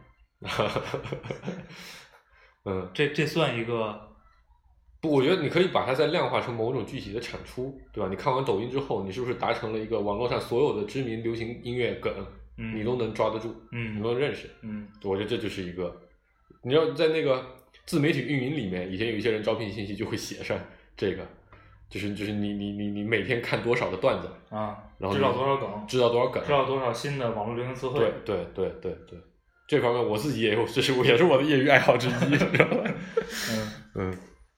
[SPEAKER 3] 嗯，
[SPEAKER 2] 这这算一个？
[SPEAKER 3] 不，我觉得你可以把它再量化成某种具体的产出，对吧？你看完抖音之后，你是不是达成了一个网络上所有的知名流行音乐梗，
[SPEAKER 2] 嗯、
[SPEAKER 3] 你都能抓得住，
[SPEAKER 2] 嗯，
[SPEAKER 3] 你都能认识？
[SPEAKER 2] 嗯，
[SPEAKER 3] 我觉得这就是一个，你要在那个自媒体运营里面，以前有一些人招聘信息就会写上这个。就是就是你你你你每天看多少的段子
[SPEAKER 2] 啊，
[SPEAKER 3] 然后
[SPEAKER 2] 知道多少梗，
[SPEAKER 3] 知道多少梗，
[SPEAKER 2] 知道多少新的网络流行词汇。
[SPEAKER 3] 对对对对对，这方面我自己也有，这是我也是我的业余爱好之一，你知道吗？
[SPEAKER 2] 嗯
[SPEAKER 3] 嗯，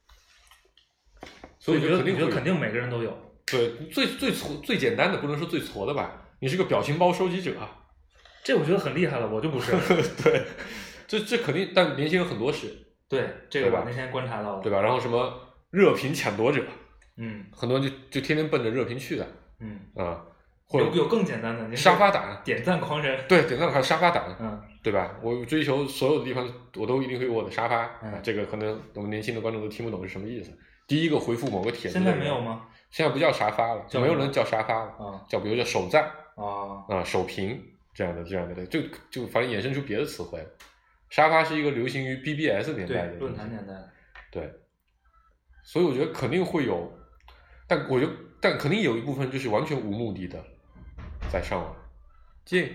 [SPEAKER 2] 所以
[SPEAKER 3] 我觉得肯定
[SPEAKER 2] 会肯定每个人都有。
[SPEAKER 3] 对，最最挫最简单的不能说最挫的吧，你是个表情包收集者，
[SPEAKER 2] 这我觉得很厉害了，我就不是。
[SPEAKER 3] 对，这这肯定，但年轻人很多是。
[SPEAKER 2] 对，这个我那天观察到了，
[SPEAKER 3] 对吧？然后什么热评抢夺者。
[SPEAKER 2] 嗯，
[SPEAKER 3] 很多人就就天天奔着热评去的，
[SPEAKER 2] 嗯
[SPEAKER 3] 啊，或者
[SPEAKER 2] 有有更简单的
[SPEAKER 3] 沙发党，
[SPEAKER 2] 点赞狂人，
[SPEAKER 3] 对，点赞狂沙发党，
[SPEAKER 2] 嗯，
[SPEAKER 3] 对吧？我追求所有的地方，我都一定会有我的沙发，
[SPEAKER 2] 嗯
[SPEAKER 3] 啊，这个可能我们年轻的观众都听不懂是什么意思。第一个回复某个帖子，
[SPEAKER 2] 现在没有吗？
[SPEAKER 3] 现在不叫沙发了，没有人叫沙发了，
[SPEAKER 2] 啊，
[SPEAKER 3] 叫比如叫首赞，
[SPEAKER 2] 啊
[SPEAKER 3] 啊，首评这样的这样的，就就反正衍生出别的词汇。沙发是一个流行于 B B S 年代的
[SPEAKER 2] 论坛年代，
[SPEAKER 3] 对，所以我觉得肯定会有。但我觉得，但肯定有一部分就是完全无目的的在上网。进。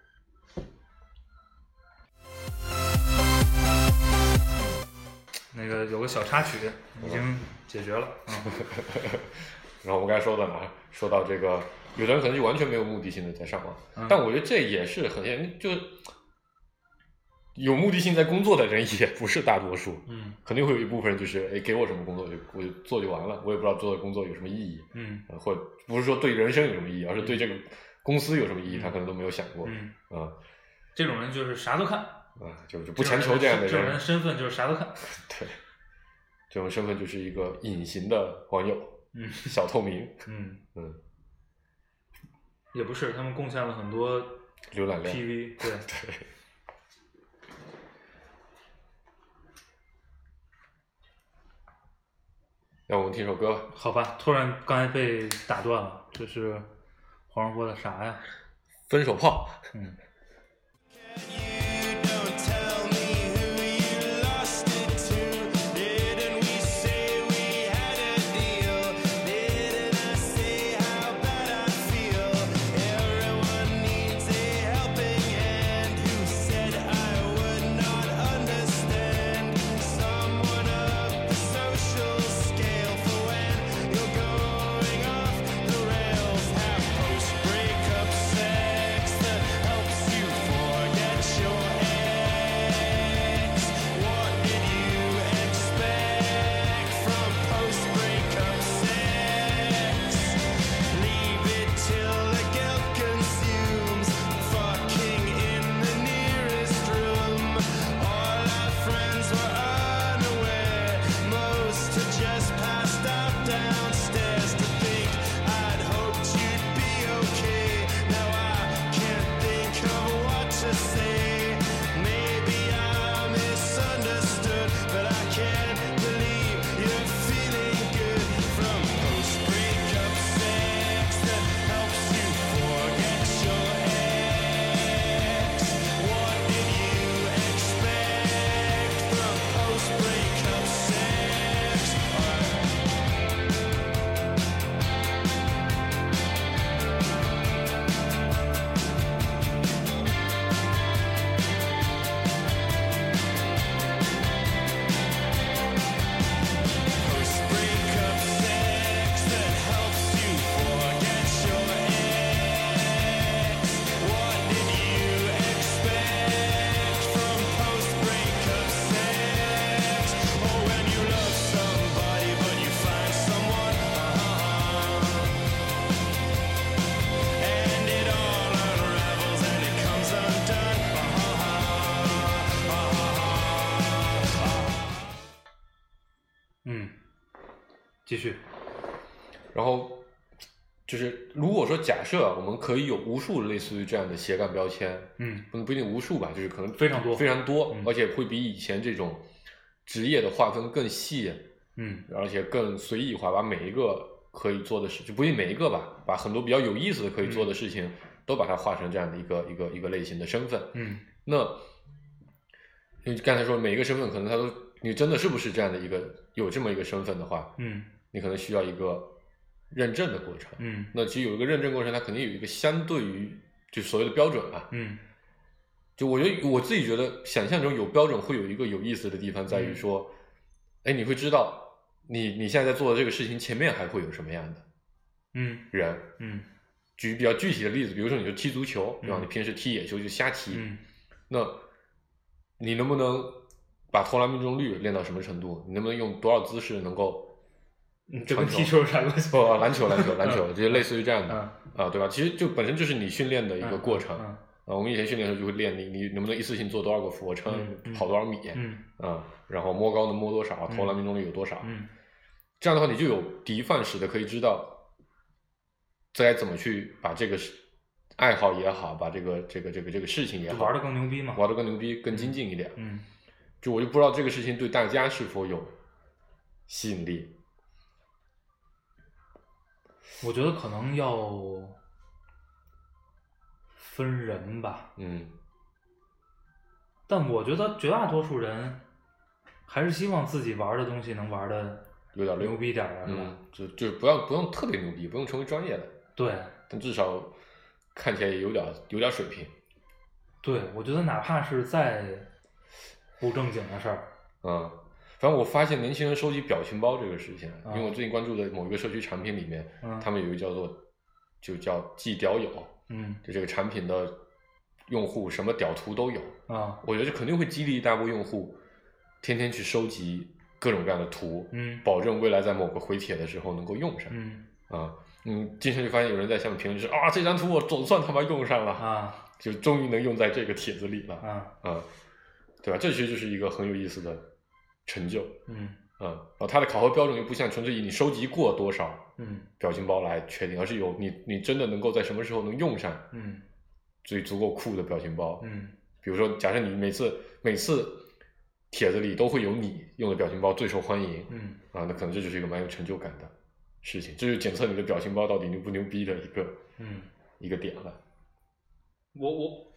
[SPEAKER 2] 那个有个小插曲已经解决了。嗯、
[SPEAKER 3] 然后我们刚才说到哪？说到这个，有的人可能就完全没有目的性的在上网，
[SPEAKER 2] 嗯、
[SPEAKER 3] 但我觉得这也是很就有目的性在工作的人也不是大多数。嗯，肯定会有一部分人就是哎，给我什么工作就我就做就完了，我也不知道做的工作有什么意义。嗯，呃、或者不是说对人生有什么意义，而是对这个公司有什么意义，嗯、他可能都没有想过。嗯啊，
[SPEAKER 2] 这种人就是啥都看
[SPEAKER 3] 啊，就就不强求这样的人。
[SPEAKER 2] 这种人身份就是啥都看。
[SPEAKER 3] 对，这种身份就是一个隐形的网友，嗯，小透明。嗯嗯，
[SPEAKER 2] 也不是，他们贡献了很多
[SPEAKER 3] 浏览量。
[SPEAKER 2] P V 对
[SPEAKER 3] 对。让我们听首歌。
[SPEAKER 2] 好吧，突然刚才被打断了，这是黄渤的啥呀？
[SPEAKER 3] 分手炮。
[SPEAKER 2] 嗯。 继续。
[SPEAKER 3] 然后就是如果说假设我们可以有无数类似于这样的斜杠标签，
[SPEAKER 2] 嗯，
[SPEAKER 3] 不不一定无数吧，就是可能
[SPEAKER 2] 非常多
[SPEAKER 3] 非常多，
[SPEAKER 2] 嗯、
[SPEAKER 3] 而且会比以前这种职业的划分更细，
[SPEAKER 2] 嗯，
[SPEAKER 3] 而且更随意化，把每一个可以做的事，就不一定每一个吧，把很多比较有意思的可以做的事情，嗯、都把它划成这样的一个一个一个类型的身份。
[SPEAKER 2] 嗯，
[SPEAKER 3] 那因为刚才说每一个身份可能它都，你真的是不是这样的一个有这么一个身份的话，
[SPEAKER 2] 嗯，
[SPEAKER 3] 你可能需要一个认证的过程。
[SPEAKER 2] 嗯，
[SPEAKER 3] 那其实有一个认证过程，它肯定有一个相对于就所谓的标准啊。
[SPEAKER 2] 嗯，
[SPEAKER 3] 就我觉得我自己觉得想象中有标准会有一个有意思的地方在于说，哎、嗯，你会知道你你现在在做的这个事情前面还会有什么样的
[SPEAKER 2] 嗯
[SPEAKER 3] 人。
[SPEAKER 2] 嗯，
[SPEAKER 3] 举比较具体的例子，比如说你就踢足球，对吧？
[SPEAKER 2] 嗯、
[SPEAKER 3] 你平时踢野球就瞎踢，
[SPEAKER 2] 嗯，
[SPEAKER 3] 那你能不能把投篮命中率练到什么程度？你能不能用多少姿势能够？
[SPEAKER 2] 嗯，这跟踢球有啥关系？
[SPEAKER 3] 不，篮球，篮球，篮球，就类似于这样的、
[SPEAKER 2] 嗯、
[SPEAKER 3] 啊，对吧？其实就本身就是你训练的一个过程。
[SPEAKER 2] 嗯嗯嗯、
[SPEAKER 3] 啊，我们以前训练的时候就会练你，你能不能一次性做多少个俯卧撑，
[SPEAKER 2] 嗯、
[SPEAKER 3] 跑多少米，
[SPEAKER 2] 嗯，
[SPEAKER 3] 啊，然后摸高能摸多少，投篮命中率有多少，
[SPEAKER 2] 嗯，
[SPEAKER 3] 这样的话你就有敌范式的可以知道，该怎么去把这个爱好也好，把这个这个这个这个事情也好，
[SPEAKER 2] 玩得更牛逼嘛，
[SPEAKER 3] 玩得更牛逼，更精进一点。
[SPEAKER 2] 嗯，
[SPEAKER 3] 就我就不知道这个事情对大家是否有吸引力。
[SPEAKER 2] 我觉得可能要分人吧，
[SPEAKER 3] 嗯，
[SPEAKER 2] 但我觉得绝大多数人还是希望自己玩的东西能玩的
[SPEAKER 3] 有点
[SPEAKER 2] 牛逼点的，是吧？
[SPEAKER 3] 嗯，就就不要不用特别牛逼，不用成为专业的，
[SPEAKER 2] 对，
[SPEAKER 3] 但至少看起来也有点有点水平。
[SPEAKER 2] 对，我觉得哪怕是再不正经的事儿，
[SPEAKER 3] 嗯。反正我发现年轻人收集表情包这个事情，
[SPEAKER 2] 嗯、
[SPEAKER 3] 因为我最近关注的某一个社区产品里面，
[SPEAKER 2] 嗯、
[SPEAKER 3] 他们有一个叫做就叫寄屌友，
[SPEAKER 2] 嗯，
[SPEAKER 3] 就这个产品的用户什么屌图都有
[SPEAKER 2] 啊、
[SPEAKER 3] 嗯，我觉得这肯定会激励一大波用户天天去收集各种各样的图，
[SPEAKER 2] 嗯，
[SPEAKER 3] 保证未来在某个回帖的时候能够用上，
[SPEAKER 2] 嗯
[SPEAKER 3] 啊，嗯，经常就发现有人在下面评论就是啊，这张图我总算他妈用上了
[SPEAKER 2] 啊，
[SPEAKER 3] 就终于能用在这个帖子里了，
[SPEAKER 2] 啊
[SPEAKER 3] 啊，对吧？这其实就是一个很有意思的成就，
[SPEAKER 2] 嗯。
[SPEAKER 3] 嗯，然后它的考核标准又不像纯粹以你收集过多少
[SPEAKER 2] 嗯
[SPEAKER 3] 表情包来确定，而是有你你真的能够在什么时候能用上
[SPEAKER 2] 嗯
[SPEAKER 3] 最足够酷的表情包。
[SPEAKER 2] 嗯，
[SPEAKER 3] 比如说，假设你每次每次帖子里都会有你用的表情包最受欢迎，
[SPEAKER 2] 嗯
[SPEAKER 3] 啊，那可能这就是一个蛮有成就感的事情，这就是检测你的表情包到底牛不牛逼的一个
[SPEAKER 2] 嗯
[SPEAKER 3] 一个点了。
[SPEAKER 2] 我我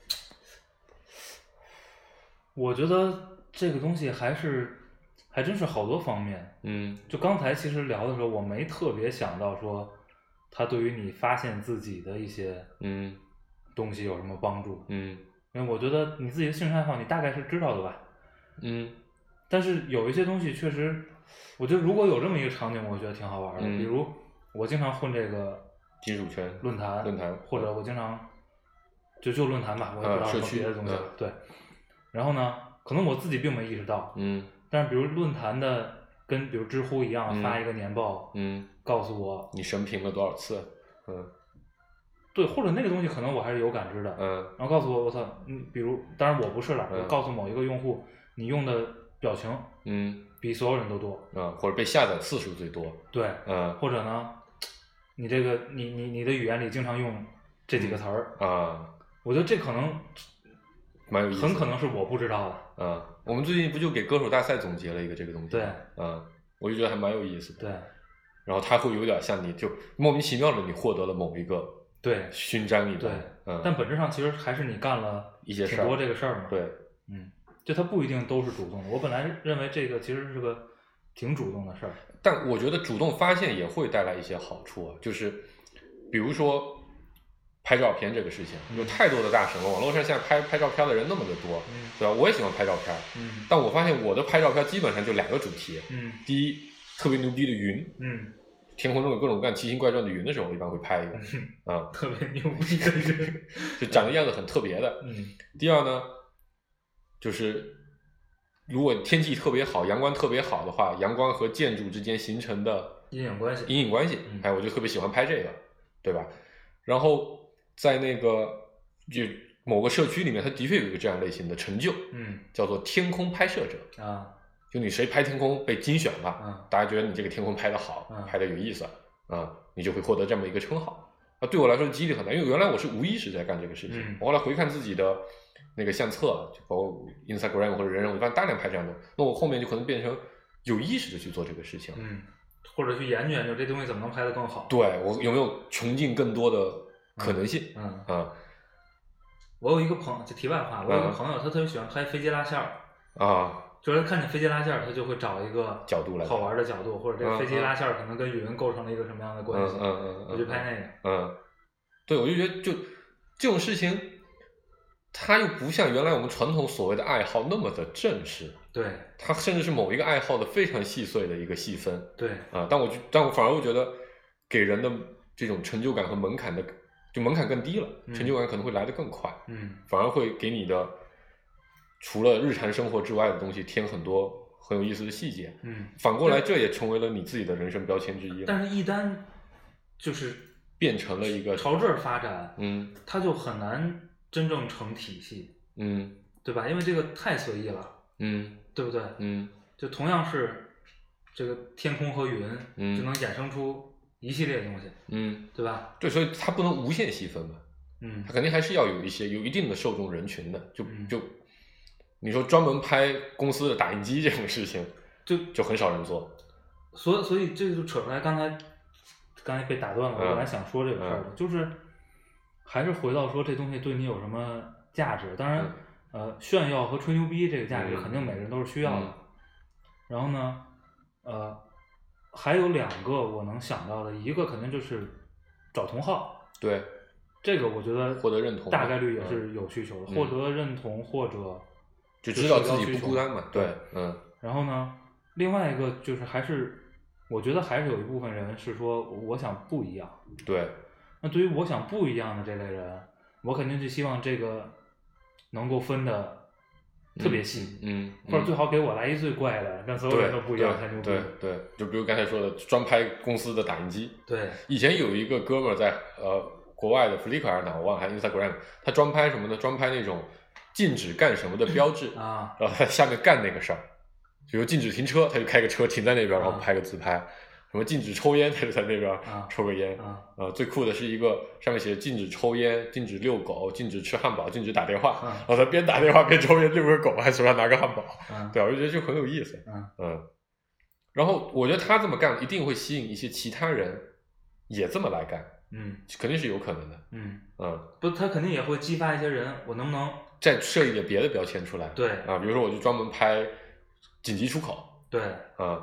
[SPEAKER 2] 我觉得这个东西还是。还真是好多方面，
[SPEAKER 3] 嗯，
[SPEAKER 2] 就刚才其实聊的时候，我没特别想到说，它对于你发现自己的一些
[SPEAKER 3] 嗯
[SPEAKER 2] 东西有什么帮助，
[SPEAKER 3] 嗯，
[SPEAKER 2] 因为我觉得你自己的兴趣爱好你大概是知道的吧，
[SPEAKER 3] 嗯，
[SPEAKER 2] 但是有一些东西确实，我觉得如果有这么一个场景，我觉得挺好玩的，
[SPEAKER 3] 嗯、
[SPEAKER 2] 比如我经常混这个
[SPEAKER 3] 金属圈
[SPEAKER 2] 论坛
[SPEAKER 3] 论坛，
[SPEAKER 2] 或者我经常就就论坛吧，我也不知道什么别的东西，
[SPEAKER 3] 嗯、
[SPEAKER 2] 对，然后呢，可能我自己并没意识到，
[SPEAKER 3] 嗯。
[SPEAKER 2] 但是，比如论坛的跟比如知乎一样、
[SPEAKER 3] 嗯、
[SPEAKER 2] 发一个年报，
[SPEAKER 3] 嗯，
[SPEAKER 2] 告诉我
[SPEAKER 3] 你神评了多少次，嗯，
[SPEAKER 2] 对，或者那个东西可能我还是有感知的，
[SPEAKER 3] 嗯，
[SPEAKER 2] 然后告诉我，我操，嗯，比如当然我不是了，
[SPEAKER 3] 嗯、
[SPEAKER 2] 我告诉某一个用户，你用的表情，
[SPEAKER 3] 嗯，
[SPEAKER 2] 比所有人都多，
[SPEAKER 3] 嗯，或者被下载次数最多，
[SPEAKER 2] 对，
[SPEAKER 3] 嗯，
[SPEAKER 2] 或者呢，你这个你你你的语言里经常用这几个词儿、
[SPEAKER 3] 嗯、啊，
[SPEAKER 2] 我觉得这可能
[SPEAKER 3] 蛮有意思的，
[SPEAKER 2] 很可能是我不知道的。
[SPEAKER 3] 啊，我们最近不就给歌手大赛总结了一个这个东西？
[SPEAKER 2] 对，
[SPEAKER 3] 啊，我就觉得还蛮有意思的。
[SPEAKER 2] 对，
[SPEAKER 3] 然后它会有点像你就莫名其妙的你获得了某一个
[SPEAKER 2] 对
[SPEAKER 3] 勋章一般，
[SPEAKER 2] 对，
[SPEAKER 3] 嗯，
[SPEAKER 2] 但本质上其实还是你干了
[SPEAKER 3] 一些
[SPEAKER 2] 挺多这个事儿嘛。
[SPEAKER 3] 对，
[SPEAKER 2] 嗯，就它不一定都是主动的。我本来认为这个其实是个挺主动的事儿，
[SPEAKER 3] 但我觉得主动发现也会带来一些好处啊，就是比如说。拍照片这个事情有太多的大神了，网络上现在拍拍照片的人那么的多，
[SPEAKER 2] 嗯，
[SPEAKER 3] 对吧？我也喜欢拍照片，
[SPEAKER 2] 嗯，
[SPEAKER 3] 但我发现我的拍照片基本上就两个主题，
[SPEAKER 2] 嗯，
[SPEAKER 3] 第一特别牛逼的云，
[SPEAKER 2] 嗯，
[SPEAKER 3] 天空中有各种各样奇形怪状的云的时候，我一般会拍一个，啊、
[SPEAKER 2] 嗯，特别牛逼的云，
[SPEAKER 3] 就长得样子很特别的，
[SPEAKER 2] 嗯。
[SPEAKER 3] 第二呢，就是如果天气特别好，阳光特别好的话，阳光和建筑之间形成的
[SPEAKER 2] 阴影关系，
[SPEAKER 3] 阴影关系，
[SPEAKER 2] 嗯、
[SPEAKER 3] 哎，我就特别喜欢拍这个，对吧？然后。在那个就某个社区里面，它的确有一个这样类型的成就，
[SPEAKER 2] 嗯，
[SPEAKER 3] 叫做天空拍摄者
[SPEAKER 2] 啊，
[SPEAKER 3] 就你谁拍天空被精选了，
[SPEAKER 2] 嗯，
[SPEAKER 3] 大家觉得你这个天空拍得好，
[SPEAKER 2] 嗯、
[SPEAKER 3] 拍得有意思啊，你就会获得这么一个称号。啊，对我来说激励很大，因为原来我是无意识在干这个事情。
[SPEAKER 2] 嗯、
[SPEAKER 3] 我后来回看自己的那个相册，就包括 Instagram 或者人人，我发现大量拍这样的，那我后面就可能变成有意识的去做这个事情。
[SPEAKER 2] 嗯，或者去研究研究这东西怎么能拍得更好。
[SPEAKER 3] 对，我有没有穷尽更多的可能性？
[SPEAKER 2] 嗯啊、
[SPEAKER 3] 嗯嗯，
[SPEAKER 2] 我有一个朋友，就题外话，我有一个朋友，他特别喜欢拍飞机拉线儿
[SPEAKER 3] 啊。
[SPEAKER 2] 就是他看见飞机拉线儿，他就会找一个
[SPEAKER 3] 角度来
[SPEAKER 2] 好玩的角度，或者这个飞机拉线儿可能跟云构成了一个什么样的关系，
[SPEAKER 3] 嗯嗯嗯，
[SPEAKER 2] 我就拍那个。
[SPEAKER 3] 嗯，对，我就觉得就这种事情，它又不像原来我们传统所谓的爱好那么的正式。
[SPEAKER 2] 对，
[SPEAKER 3] 它甚至是某一个爱好的非常细碎的一个细分。
[SPEAKER 2] 对
[SPEAKER 3] 啊，但我但我反而会觉得给人的这种成就感和门槛的，就门槛更低了，
[SPEAKER 2] 嗯、
[SPEAKER 3] 成就感可能会来得更快。
[SPEAKER 2] 嗯，
[SPEAKER 3] 反而会给你的除了日常生活之外的东西添很多很有意思的细节。
[SPEAKER 2] 嗯，
[SPEAKER 3] 反过来这也成为了你自己的人生标签之一。
[SPEAKER 2] 但是，一旦就是
[SPEAKER 3] 变成了一个
[SPEAKER 2] 朝这儿发展，
[SPEAKER 3] 嗯，
[SPEAKER 2] 它就很难真正成体系。
[SPEAKER 3] 嗯，
[SPEAKER 2] 对吧？因为这个太随意了。
[SPEAKER 3] 嗯，
[SPEAKER 2] 对不对？
[SPEAKER 3] 嗯，
[SPEAKER 2] 就同样是这个天空和云，
[SPEAKER 3] 嗯，
[SPEAKER 2] 就能衍生出一系列东西，
[SPEAKER 3] 嗯，
[SPEAKER 2] 对吧？
[SPEAKER 3] 对，所以它不能无限细分嘛，
[SPEAKER 2] 嗯，
[SPEAKER 3] 它肯定还是要有一些有一定的受众人群的，就、
[SPEAKER 2] 嗯、
[SPEAKER 3] 就你说专门拍公司的打印机这种事情，
[SPEAKER 2] 就
[SPEAKER 3] 就很少人做，
[SPEAKER 2] 所以所以这就扯出来刚才刚才被打断了，我本来想说这个事儿的，
[SPEAKER 3] 嗯、
[SPEAKER 2] 就是还是回到说这东西对你有什么价值，当然。嗯呃，炫耀和吹牛逼这个价值肯定每个人都是需要的。嗯、然后呢，呃，还有两个我能想到的，一个肯定就是找同好。
[SPEAKER 3] 对，
[SPEAKER 2] 这个我觉得
[SPEAKER 3] 获得认同，
[SPEAKER 2] 大概率也是有需求的。
[SPEAKER 3] 嗯、
[SPEAKER 2] 获得认同或者
[SPEAKER 3] 就知道自己不孤单嘛。对，嗯。
[SPEAKER 2] 然后呢，另外一个就是还是，我觉得还是有一部分人是说我想不一样。
[SPEAKER 3] 对。
[SPEAKER 2] 那对于我想不一样的这类人，我肯定是希望这个。能够分的特别细，
[SPEAKER 3] 嗯，嗯
[SPEAKER 2] 或者最好给我来一最怪的，让所有人都不一样才牛逼。
[SPEAKER 3] 对 对, 对，就比如刚才说的，专拍公司的打印机。
[SPEAKER 2] 对，
[SPEAKER 3] 以前有一个哥们儿在呃国外的 Flickr 还是哪我忘了，还是 Instagram， 他专拍什么呢？专拍那种禁止干什么的标志
[SPEAKER 2] 啊，
[SPEAKER 3] 然后他下面干那个事儿，比如禁止停车，他就开个车停在那边，然后拍个自拍。啊什么禁止抽烟，他就在那边抽个烟。
[SPEAKER 2] 啊，
[SPEAKER 3] 呃，最酷的是一个上面写禁止抽烟、禁止遛狗、禁止吃汉堡、禁止打电话。
[SPEAKER 2] 啊、
[SPEAKER 3] 然后他边打电话边抽烟，遛个狗，还手上拿个汉堡。
[SPEAKER 2] 啊、
[SPEAKER 3] 对，我就觉得就很有意思。
[SPEAKER 2] 嗯
[SPEAKER 3] 嗯。然后我觉得他这么干，一定会吸引一些其他人也这么来干。
[SPEAKER 2] 嗯，
[SPEAKER 3] 肯定是有可能的。
[SPEAKER 2] 嗯
[SPEAKER 3] 嗯，
[SPEAKER 2] 不，他肯定也会激发一些人，我能不能
[SPEAKER 3] 再设一点别的标签出来？
[SPEAKER 2] 对
[SPEAKER 3] 啊，比如说我就专门拍紧急出口。
[SPEAKER 2] 对，
[SPEAKER 3] 啊。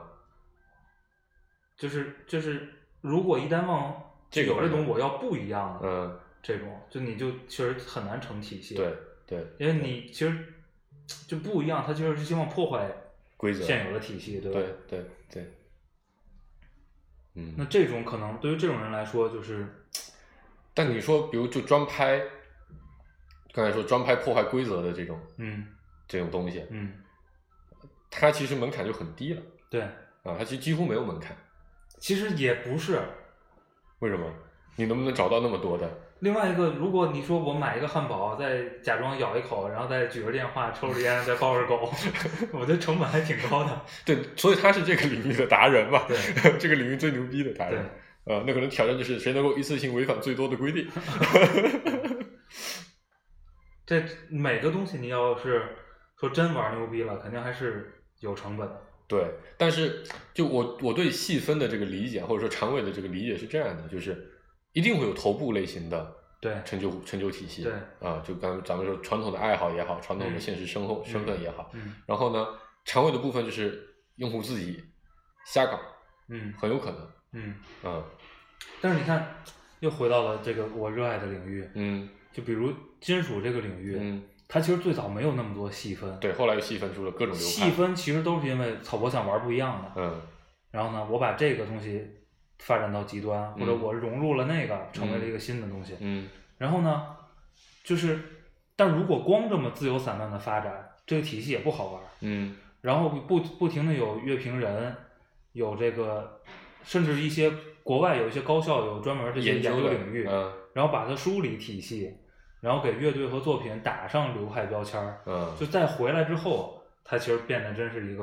[SPEAKER 2] 就是就是，如果一旦往
[SPEAKER 3] 这个
[SPEAKER 2] 有这种我要不一样的，
[SPEAKER 3] 嗯，
[SPEAKER 2] 这种就你就确实很难成体系。
[SPEAKER 3] 对对，
[SPEAKER 2] 因为你其实就不一样，他其实是希望破坏
[SPEAKER 3] 规则
[SPEAKER 2] 现有的体系，对吧？
[SPEAKER 3] 对对对。嗯，
[SPEAKER 2] 那这种可能对于这种人来说就是，
[SPEAKER 3] 但你说，比如就专拍，刚才说专拍破坏规则的这种，
[SPEAKER 2] 嗯，
[SPEAKER 3] 这种东西，
[SPEAKER 2] 嗯，
[SPEAKER 3] 它其实门槛就很低了。
[SPEAKER 2] 对，
[SPEAKER 3] 啊，它其实几乎没有门槛。
[SPEAKER 2] 其实也不是，
[SPEAKER 3] 为什么？你能不能找到那么多的？
[SPEAKER 2] 另外一个，如果你说我买一个汉堡，再假装咬一口，然后再举着电话、抽着烟，再抱着狗，我觉得成本还挺高的。
[SPEAKER 3] 对，所以他是这个领域的达人嘛？
[SPEAKER 2] 对，
[SPEAKER 3] 这个领域最牛逼的达人。呃，那可能挑战就是谁能够一次性违反最多的规定。
[SPEAKER 2] 这每个东西你要是说真玩牛逼了，肯定还是有成本的。
[SPEAKER 3] 对，但是就我我对细分的这个理解，或者说长尾的这个理解是这样的，就是一定会有头部类型的
[SPEAKER 2] 对
[SPEAKER 3] 成就成就体系。
[SPEAKER 2] 对
[SPEAKER 3] 啊，就刚咱们说传统的爱好也好，传统的现实生活、嗯、身份也好，
[SPEAKER 2] 嗯，
[SPEAKER 3] 然后呢，长尾的部分就是用户自己瞎搞，
[SPEAKER 2] 嗯，
[SPEAKER 3] 很有可能，
[SPEAKER 2] 嗯
[SPEAKER 3] 嗯，
[SPEAKER 2] 但是你看，又回到了这个我热爱的领域，
[SPEAKER 3] 嗯，
[SPEAKER 2] 就比如金属这个领域，
[SPEAKER 3] 嗯。
[SPEAKER 2] 它其实最早没有那么多细分，
[SPEAKER 3] 对，后来又细分出了各种流派。
[SPEAKER 2] 细分其实都是因为草博想玩不一样的，
[SPEAKER 3] 嗯，
[SPEAKER 2] 然后呢，我把这个东西发展到极端，
[SPEAKER 3] 嗯、
[SPEAKER 2] 或者我融入了那个，成为了一个新的东西。
[SPEAKER 3] 嗯，
[SPEAKER 2] 然后呢，就是，但如果光这么自由散漫的发展，这个体系也不好玩。
[SPEAKER 3] 嗯，
[SPEAKER 2] 然后不不停的有乐评人，有这个，甚至一些国外有一些高校有专门这些研究领域，
[SPEAKER 3] 嗯，
[SPEAKER 2] 然后把它梳理体系。然后给乐队和作品打上流派标签儿，
[SPEAKER 3] 嗯，
[SPEAKER 2] 就再回来之后，它其实变得真是一个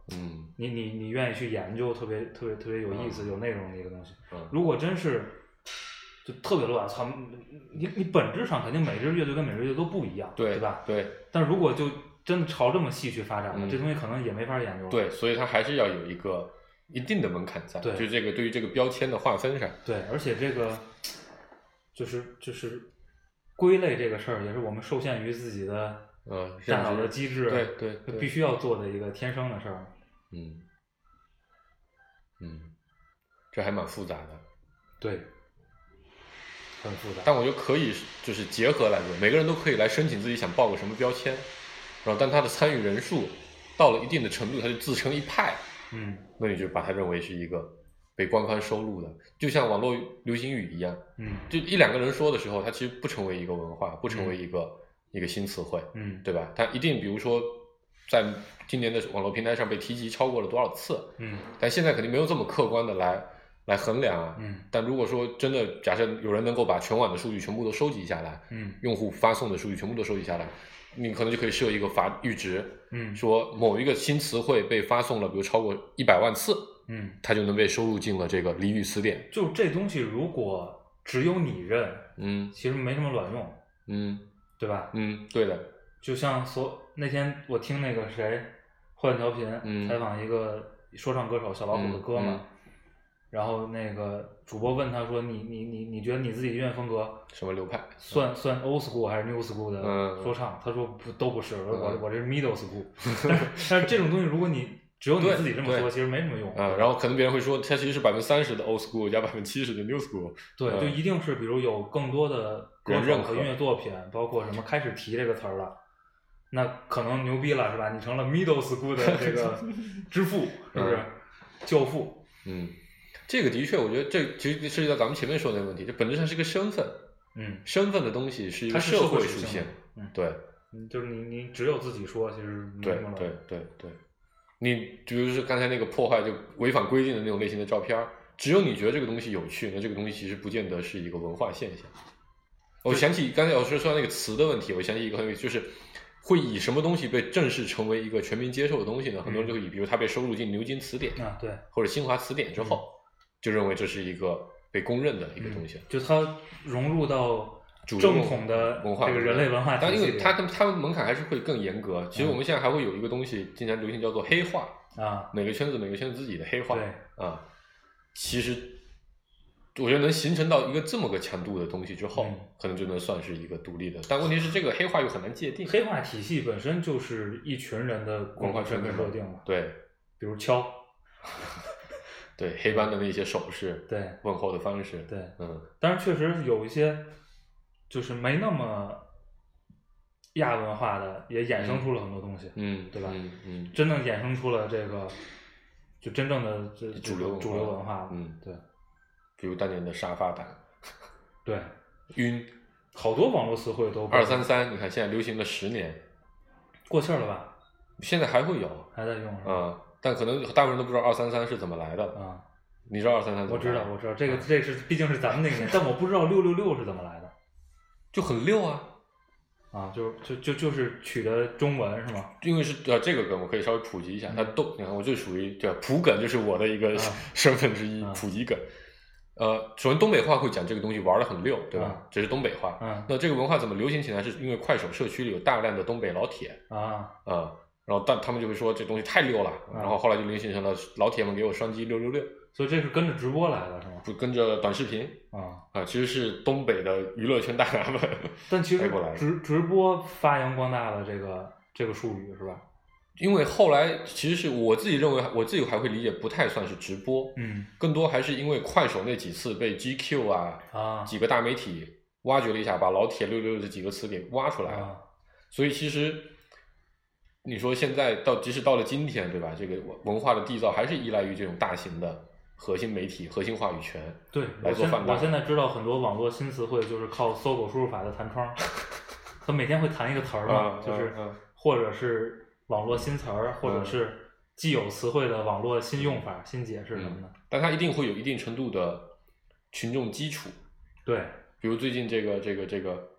[SPEAKER 3] 嗯，
[SPEAKER 2] 你你你愿意去研究，特别特别特别有意思、嗯、有内容的一个东西。
[SPEAKER 3] 嗯，
[SPEAKER 2] 如果真是就特别乱，操，你你本质上肯定每支乐队跟每支乐队都不一样，
[SPEAKER 3] 对
[SPEAKER 2] 对吧？
[SPEAKER 3] 对。
[SPEAKER 2] 但如果就真的朝这么细去发展了，
[SPEAKER 3] 嗯、
[SPEAKER 2] 这东西可能也没法研究了。
[SPEAKER 3] 对，所以它还是要有一个一定的门槛在，
[SPEAKER 2] 对，
[SPEAKER 3] 就这个对于这个标签的划分上。
[SPEAKER 2] 对，而且这个就是就是归类这个事儿，也是我们受限于自己的
[SPEAKER 3] 呃
[SPEAKER 2] 大脑的机制，
[SPEAKER 3] 对对对，
[SPEAKER 2] 必须要做的一个天生的事儿。
[SPEAKER 3] 嗯嗯，这还蛮复杂的。
[SPEAKER 2] 对。很复杂，
[SPEAKER 3] 但我觉得可以，就是结合来说，每个人都可以来申请自己想报个什么标签，然后但他的参与人数到了一定的程度，他就自成一派，
[SPEAKER 2] 嗯，
[SPEAKER 3] 那你就把它认为是一个被官方收录的，就像网络流行语一样，
[SPEAKER 2] 嗯，
[SPEAKER 3] 就一两个人说的时候，它其实不成为一个文化，不成为一个、嗯、一个新词汇，
[SPEAKER 2] 嗯，
[SPEAKER 3] 对吧？它一定比如说在今年的网络平台上被提及超过了多少次，
[SPEAKER 2] 嗯，
[SPEAKER 3] 但现在肯定没有这么客观的来。来衡量啊，
[SPEAKER 2] 嗯，
[SPEAKER 3] 但如果说真的，假设有人能够把全网的数据全部都收集下来，
[SPEAKER 2] 嗯，
[SPEAKER 3] 用户发送的数据全部都收集下来，你可能就可以设一个阀阈值，
[SPEAKER 2] 嗯，
[SPEAKER 3] 说某一个新词汇被发送了，比如超过一百万次，
[SPEAKER 2] 嗯，
[SPEAKER 3] 它就能被收录进了这个俚语词典。
[SPEAKER 2] 就这东西，如果只有你认，
[SPEAKER 3] 嗯，
[SPEAKER 2] 其实没什么卵用，
[SPEAKER 3] 嗯，
[SPEAKER 2] 对吧？
[SPEAKER 3] 嗯，对的。
[SPEAKER 2] 就像所那天我听那个谁，换调频、
[SPEAKER 3] 嗯、
[SPEAKER 2] 采访一个说唱歌手小老虎的歌嘛。
[SPEAKER 3] 嗯嗯
[SPEAKER 2] 然后那个主播问他说：“你你你你觉得你自己音乐风格
[SPEAKER 3] 什么流派？
[SPEAKER 2] 算算 old school 还是 new school 的说唱？”
[SPEAKER 3] 嗯、
[SPEAKER 2] 他说不都不是，我、
[SPEAKER 3] 嗯、
[SPEAKER 2] 我这是 middle school 但是。但是这种东西，如果你只有你自己这么说，其实没什么用。
[SPEAKER 3] 啊、嗯，然后可能别人会说，它其实是百分之三十的 old school 加百分之七十的 new school。
[SPEAKER 2] 对、
[SPEAKER 3] 嗯，
[SPEAKER 2] 就一定是比如有更多的歌手和音乐作品，包括什么开始提这个词儿了，那可能牛逼了，是吧？你成了 middle school 的这个之父，是不是？嗯、教父。
[SPEAKER 3] 嗯。这个的确，我觉得这其实涉及到咱们前面说的那个问题，这本质上是个身份，
[SPEAKER 2] 嗯，
[SPEAKER 3] 身份的东西是一个
[SPEAKER 2] 社
[SPEAKER 3] 会属性，
[SPEAKER 2] 嗯，
[SPEAKER 3] 对，
[SPEAKER 2] 嗯，就是你你只有自己说，其实没什么
[SPEAKER 3] 对对对对，你比如说刚才那个破坏就违反规定的那种类型的照片，只有你觉得这个东西有趣，那这个东西其实不见得是一个文化现象。我想起刚才我说说那个词的问题，我想起一个很有意思，就是会以什么东西被正式成为一个全民接受的东西呢？很多人就会以，比如它被收录进牛津词典
[SPEAKER 2] 啊，对，
[SPEAKER 3] 或者新华词典之后。嗯，就认为这是一个被公认的一个东西，
[SPEAKER 2] 嗯、就它融入到正统的
[SPEAKER 3] 文化
[SPEAKER 2] 这个人类文化体系里，
[SPEAKER 3] 但因为它它们门槛还是会更严格。其实我们现在还会有一个东西经常流行叫做黑话
[SPEAKER 2] 啊，
[SPEAKER 3] 每个圈子每个圈子自己的黑话，
[SPEAKER 2] 对
[SPEAKER 3] 啊，其实我觉得能形成到一个这么个强度的东西之后，
[SPEAKER 2] 嗯、
[SPEAKER 3] 可能就能算是一个独立的。但问题是这个黑话又很难界定，
[SPEAKER 2] 黑话体系本身就是一群人的
[SPEAKER 3] 文化
[SPEAKER 2] 身份设定嘛，
[SPEAKER 3] 对，
[SPEAKER 2] 比如敲。
[SPEAKER 3] 对黑帮的那些手势，
[SPEAKER 2] 对
[SPEAKER 3] 问候的方式，
[SPEAKER 2] 对，
[SPEAKER 3] 嗯，
[SPEAKER 2] 当然确实有一些就是没那么亚文化的，也衍生出了很多东西，
[SPEAKER 3] 嗯，
[SPEAKER 2] 对吧？
[SPEAKER 3] 嗯嗯，
[SPEAKER 2] 真正衍生出了这个就真正的这
[SPEAKER 3] 主流
[SPEAKER 2] 主流文化，
[SPEAKER 3] 嗯，
[SPEAKER 2] 对，
[SPEAKER 3] 比如当年的沙发党，
[SPEAKER 2] 对，
[SPEAKER 3] 晕，
[SPEAKER 2] 好多网络词汇都
[SPEAKER 3] 二三三，你看现在流行了十年，
[SPEAKER 2] 过气了吧？
[SPEAKER 3] 现在还会有，
[SPEAKER 2] 还在用，
[SPEAKER 3] 啊。但可能大部分人都不知道二三三是怎么来的
[SPEAKER 2] 啊？
[SPEAKER 3] 你知道二三三？
[SPEAKER 2] 我知道，我知道，这个这是毕竟是咱们那个年，但我不知道六六六是怎么来的，
[SPEAKER 3] 就很溜啊，
[SPEAKER 2] 啊，就就就就是取的中文是吗？
[SPEAKER 3] 因为是呃这个梗我可以稍微普及一下，它都你看我就属于叫普梗，就是我的一个身份之一，普及梗。呃，首先东北话会讲这个东西玩的很溜，对吧？这是东北话。
[SPEAKER 2] 嗯，
[SPEAKER 3] 那这个文化怎么流行起来？是因为快手社区里有大量的东北老铁
[SPEAKER 2] 啊
[SPEAKER 3] 啊。然后但他们就会说这东西太溜了，
[SPEAKER 2] 嗯、
[SPEAKER 3] 然后后来就流行成了老铁们给我双击六六六，
[SPEAKER 2] 所以这是跟着直播来的是吗？
[SPEAKER 3] 不跟着短视频
[SPEAKER 2] 啊
[SPEAKER 3] 啊，其实是东北的娱乐圈大拿们
[SPEAKER 2] 但其实
[SPEAKER 3] 过来
[SPEAKER 2] 直直播发扬光大了这个这个术语是吧？
[SPEAKER 3] 因为后来其实是我自己认为，我自己还会理解不太算是直播，
[SPEAKER 2] 嗯，
[SPEAKER 3] 更多还是因为快手那几次被 G Q 啊
[SPEAKER 2] 啊
[SPEAKER 3] 几个大媒体挖掘了一下，把老铁六六六这几个词给挖出来了，
[SPEAKER 2] 啊、
[SPEAKER 3] 所以其实。你说现在到即使到了今天，对吧？这个文化的缔造还是依赖于这种大型的核心媒体、核心话语权
[SPEAKER 2] 对
[SPEAKER 3] 来做放大。
[SPEAKER 2] 我现在知道很多网络新词汇就是靠搜狗输入法的弹窗，他每天会弹一个词儿嘛，
[SPEAKER 3] 嗯、
[SPEAKER 2] 就是、
[SPEAKER 3] 嗯、
[SPEAKER 2] 或者是网络新词儿，或者是既有词汇的网络新用法、嗯、新解释什么的。
[SPEAKER 3] 但它一定会有一定程度的群众基础。
[SPEAKER 2] 对，
[SPEAKER 3] 比如最近这个这个这个。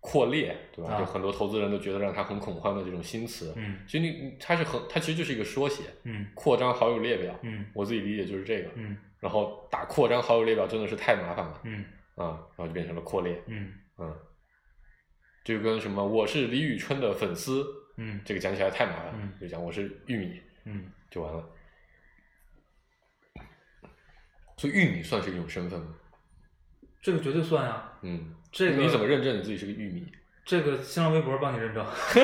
[SPEAKER 3] 扩列，对吧？
[SPEAKER 2] 啊、
[SPEAKER 3] 就很多投资人都觉得让他很恐慌的这种新词，
[SPEAKER 2] 嗯，
[SPEAKER 3] 其实你它是很，它其实就是一个缩写，
[SPEAKER 2] 嗯，
[SPEAKER 3] 扩张好友列表，
[SPEAKER 2] 嗯，
[SPEAKER 3] 我自己理解就是这个，
[SPEAKER 2] 嗯，
[SPEAKER 3] 然后打扩张好友列表真的是太麻烦了，
[SPEAKER 2] 嗯，
[SPEAKER 3] 啊，然后就变成了扩列，
[SPEAKER 2] 嗯，
[SPEAKER 3] 嗯，就跟什么我是李宇春的粉丝，
[SPEAKER 2] 嗯，
[SPEAKER 3] 这个讲起来太麻烦了，
[SPEAKER 2] 嗯，
[SPEAKER 3] 就讲我是玉米，
[SPEAKER 2] 嗯，
[SPEAKER 3] 就完了。所以玉米算是一种身份吗？
[SPEAKER 2] 这个绝对算呀。
[SPEAKER 3] 嗯，
[SPEAKER 2] 这个
[SPEAKER 3] 你怎么认证你自己是个玉米？
[SPEAKER 2] 这个新浪微博帮你认证。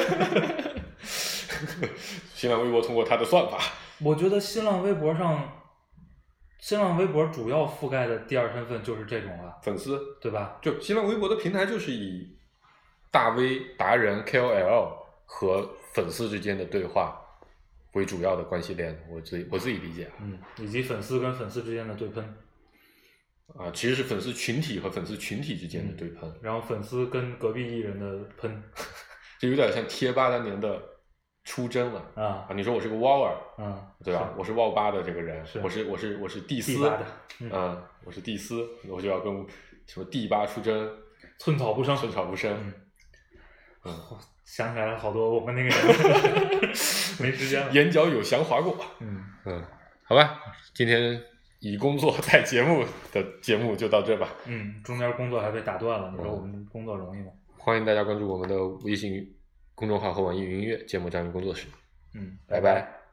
[SPEAKER 3] 新浪微博通过它的算法。
[SPEAKER 2] 我觉得新浪微博上，新浪微博主要覆盖的第二身份就是这种了，
[SPEAKER 3] 粉丝，
[SPEAKER 2] 对吧？
[SPEAKER 3] 就新浪微博的平台就是以大 V 达人 K O L 和粉丝之间的对话为主要的关系链，我自己我自己理解啊，
[SPEAKER 2] 嗯，以及粉丝跟粉丝之间的对喷，
[SPEAKER 3] 啊，其实是粉丝群体和粉丝群体之间的对喷，
[SPEAKER 2] 嗯、然后粉丝跟隔壁艺人的喷，
[SPEAKER 3] 就有点像贴吧当年的出征了
[SPEAKER 2] 啊
[SPEAKER 3] 啊！你说我是个 Wower，
[SPEAKER 2] 嗯，
[SPEAKER 3] 对吧？我是沃吧的这个人，
[SPEAKER 2] 是
[SPEAKER 3] 我是我是我是蒂斯
[SPEAKER 2] 的，嗯、
[SPEAKER 3] 啊，我是蒂斯，我就要跟什么第八出征，
[SPEAKER 2] 寸草不生，
[SPEAKER 3] 寸草不生，
[SPEAKER 2] 嗯。
[SPEAKER 3] 嗯，
[SPEAKER 2] 想起来了好多我们那个人，没时间了，
[SPEAKER 3] 眼角有祥划过。
[SPEAKER 2] 嗯
[SPEAKER 3] 嗯，好吧，今天以工作带节目的节目就到这吧。
[SPEAKER 2] 嗯，中间工作还被打断了，你说我们工作容易吗？
[SPEAKER 3] 欢迎大家关注我们的微信公众号和网易云音乐节目张云工作室。
[SPEAKER 2] 嗯，
[SPEAKER 3] 拜拜。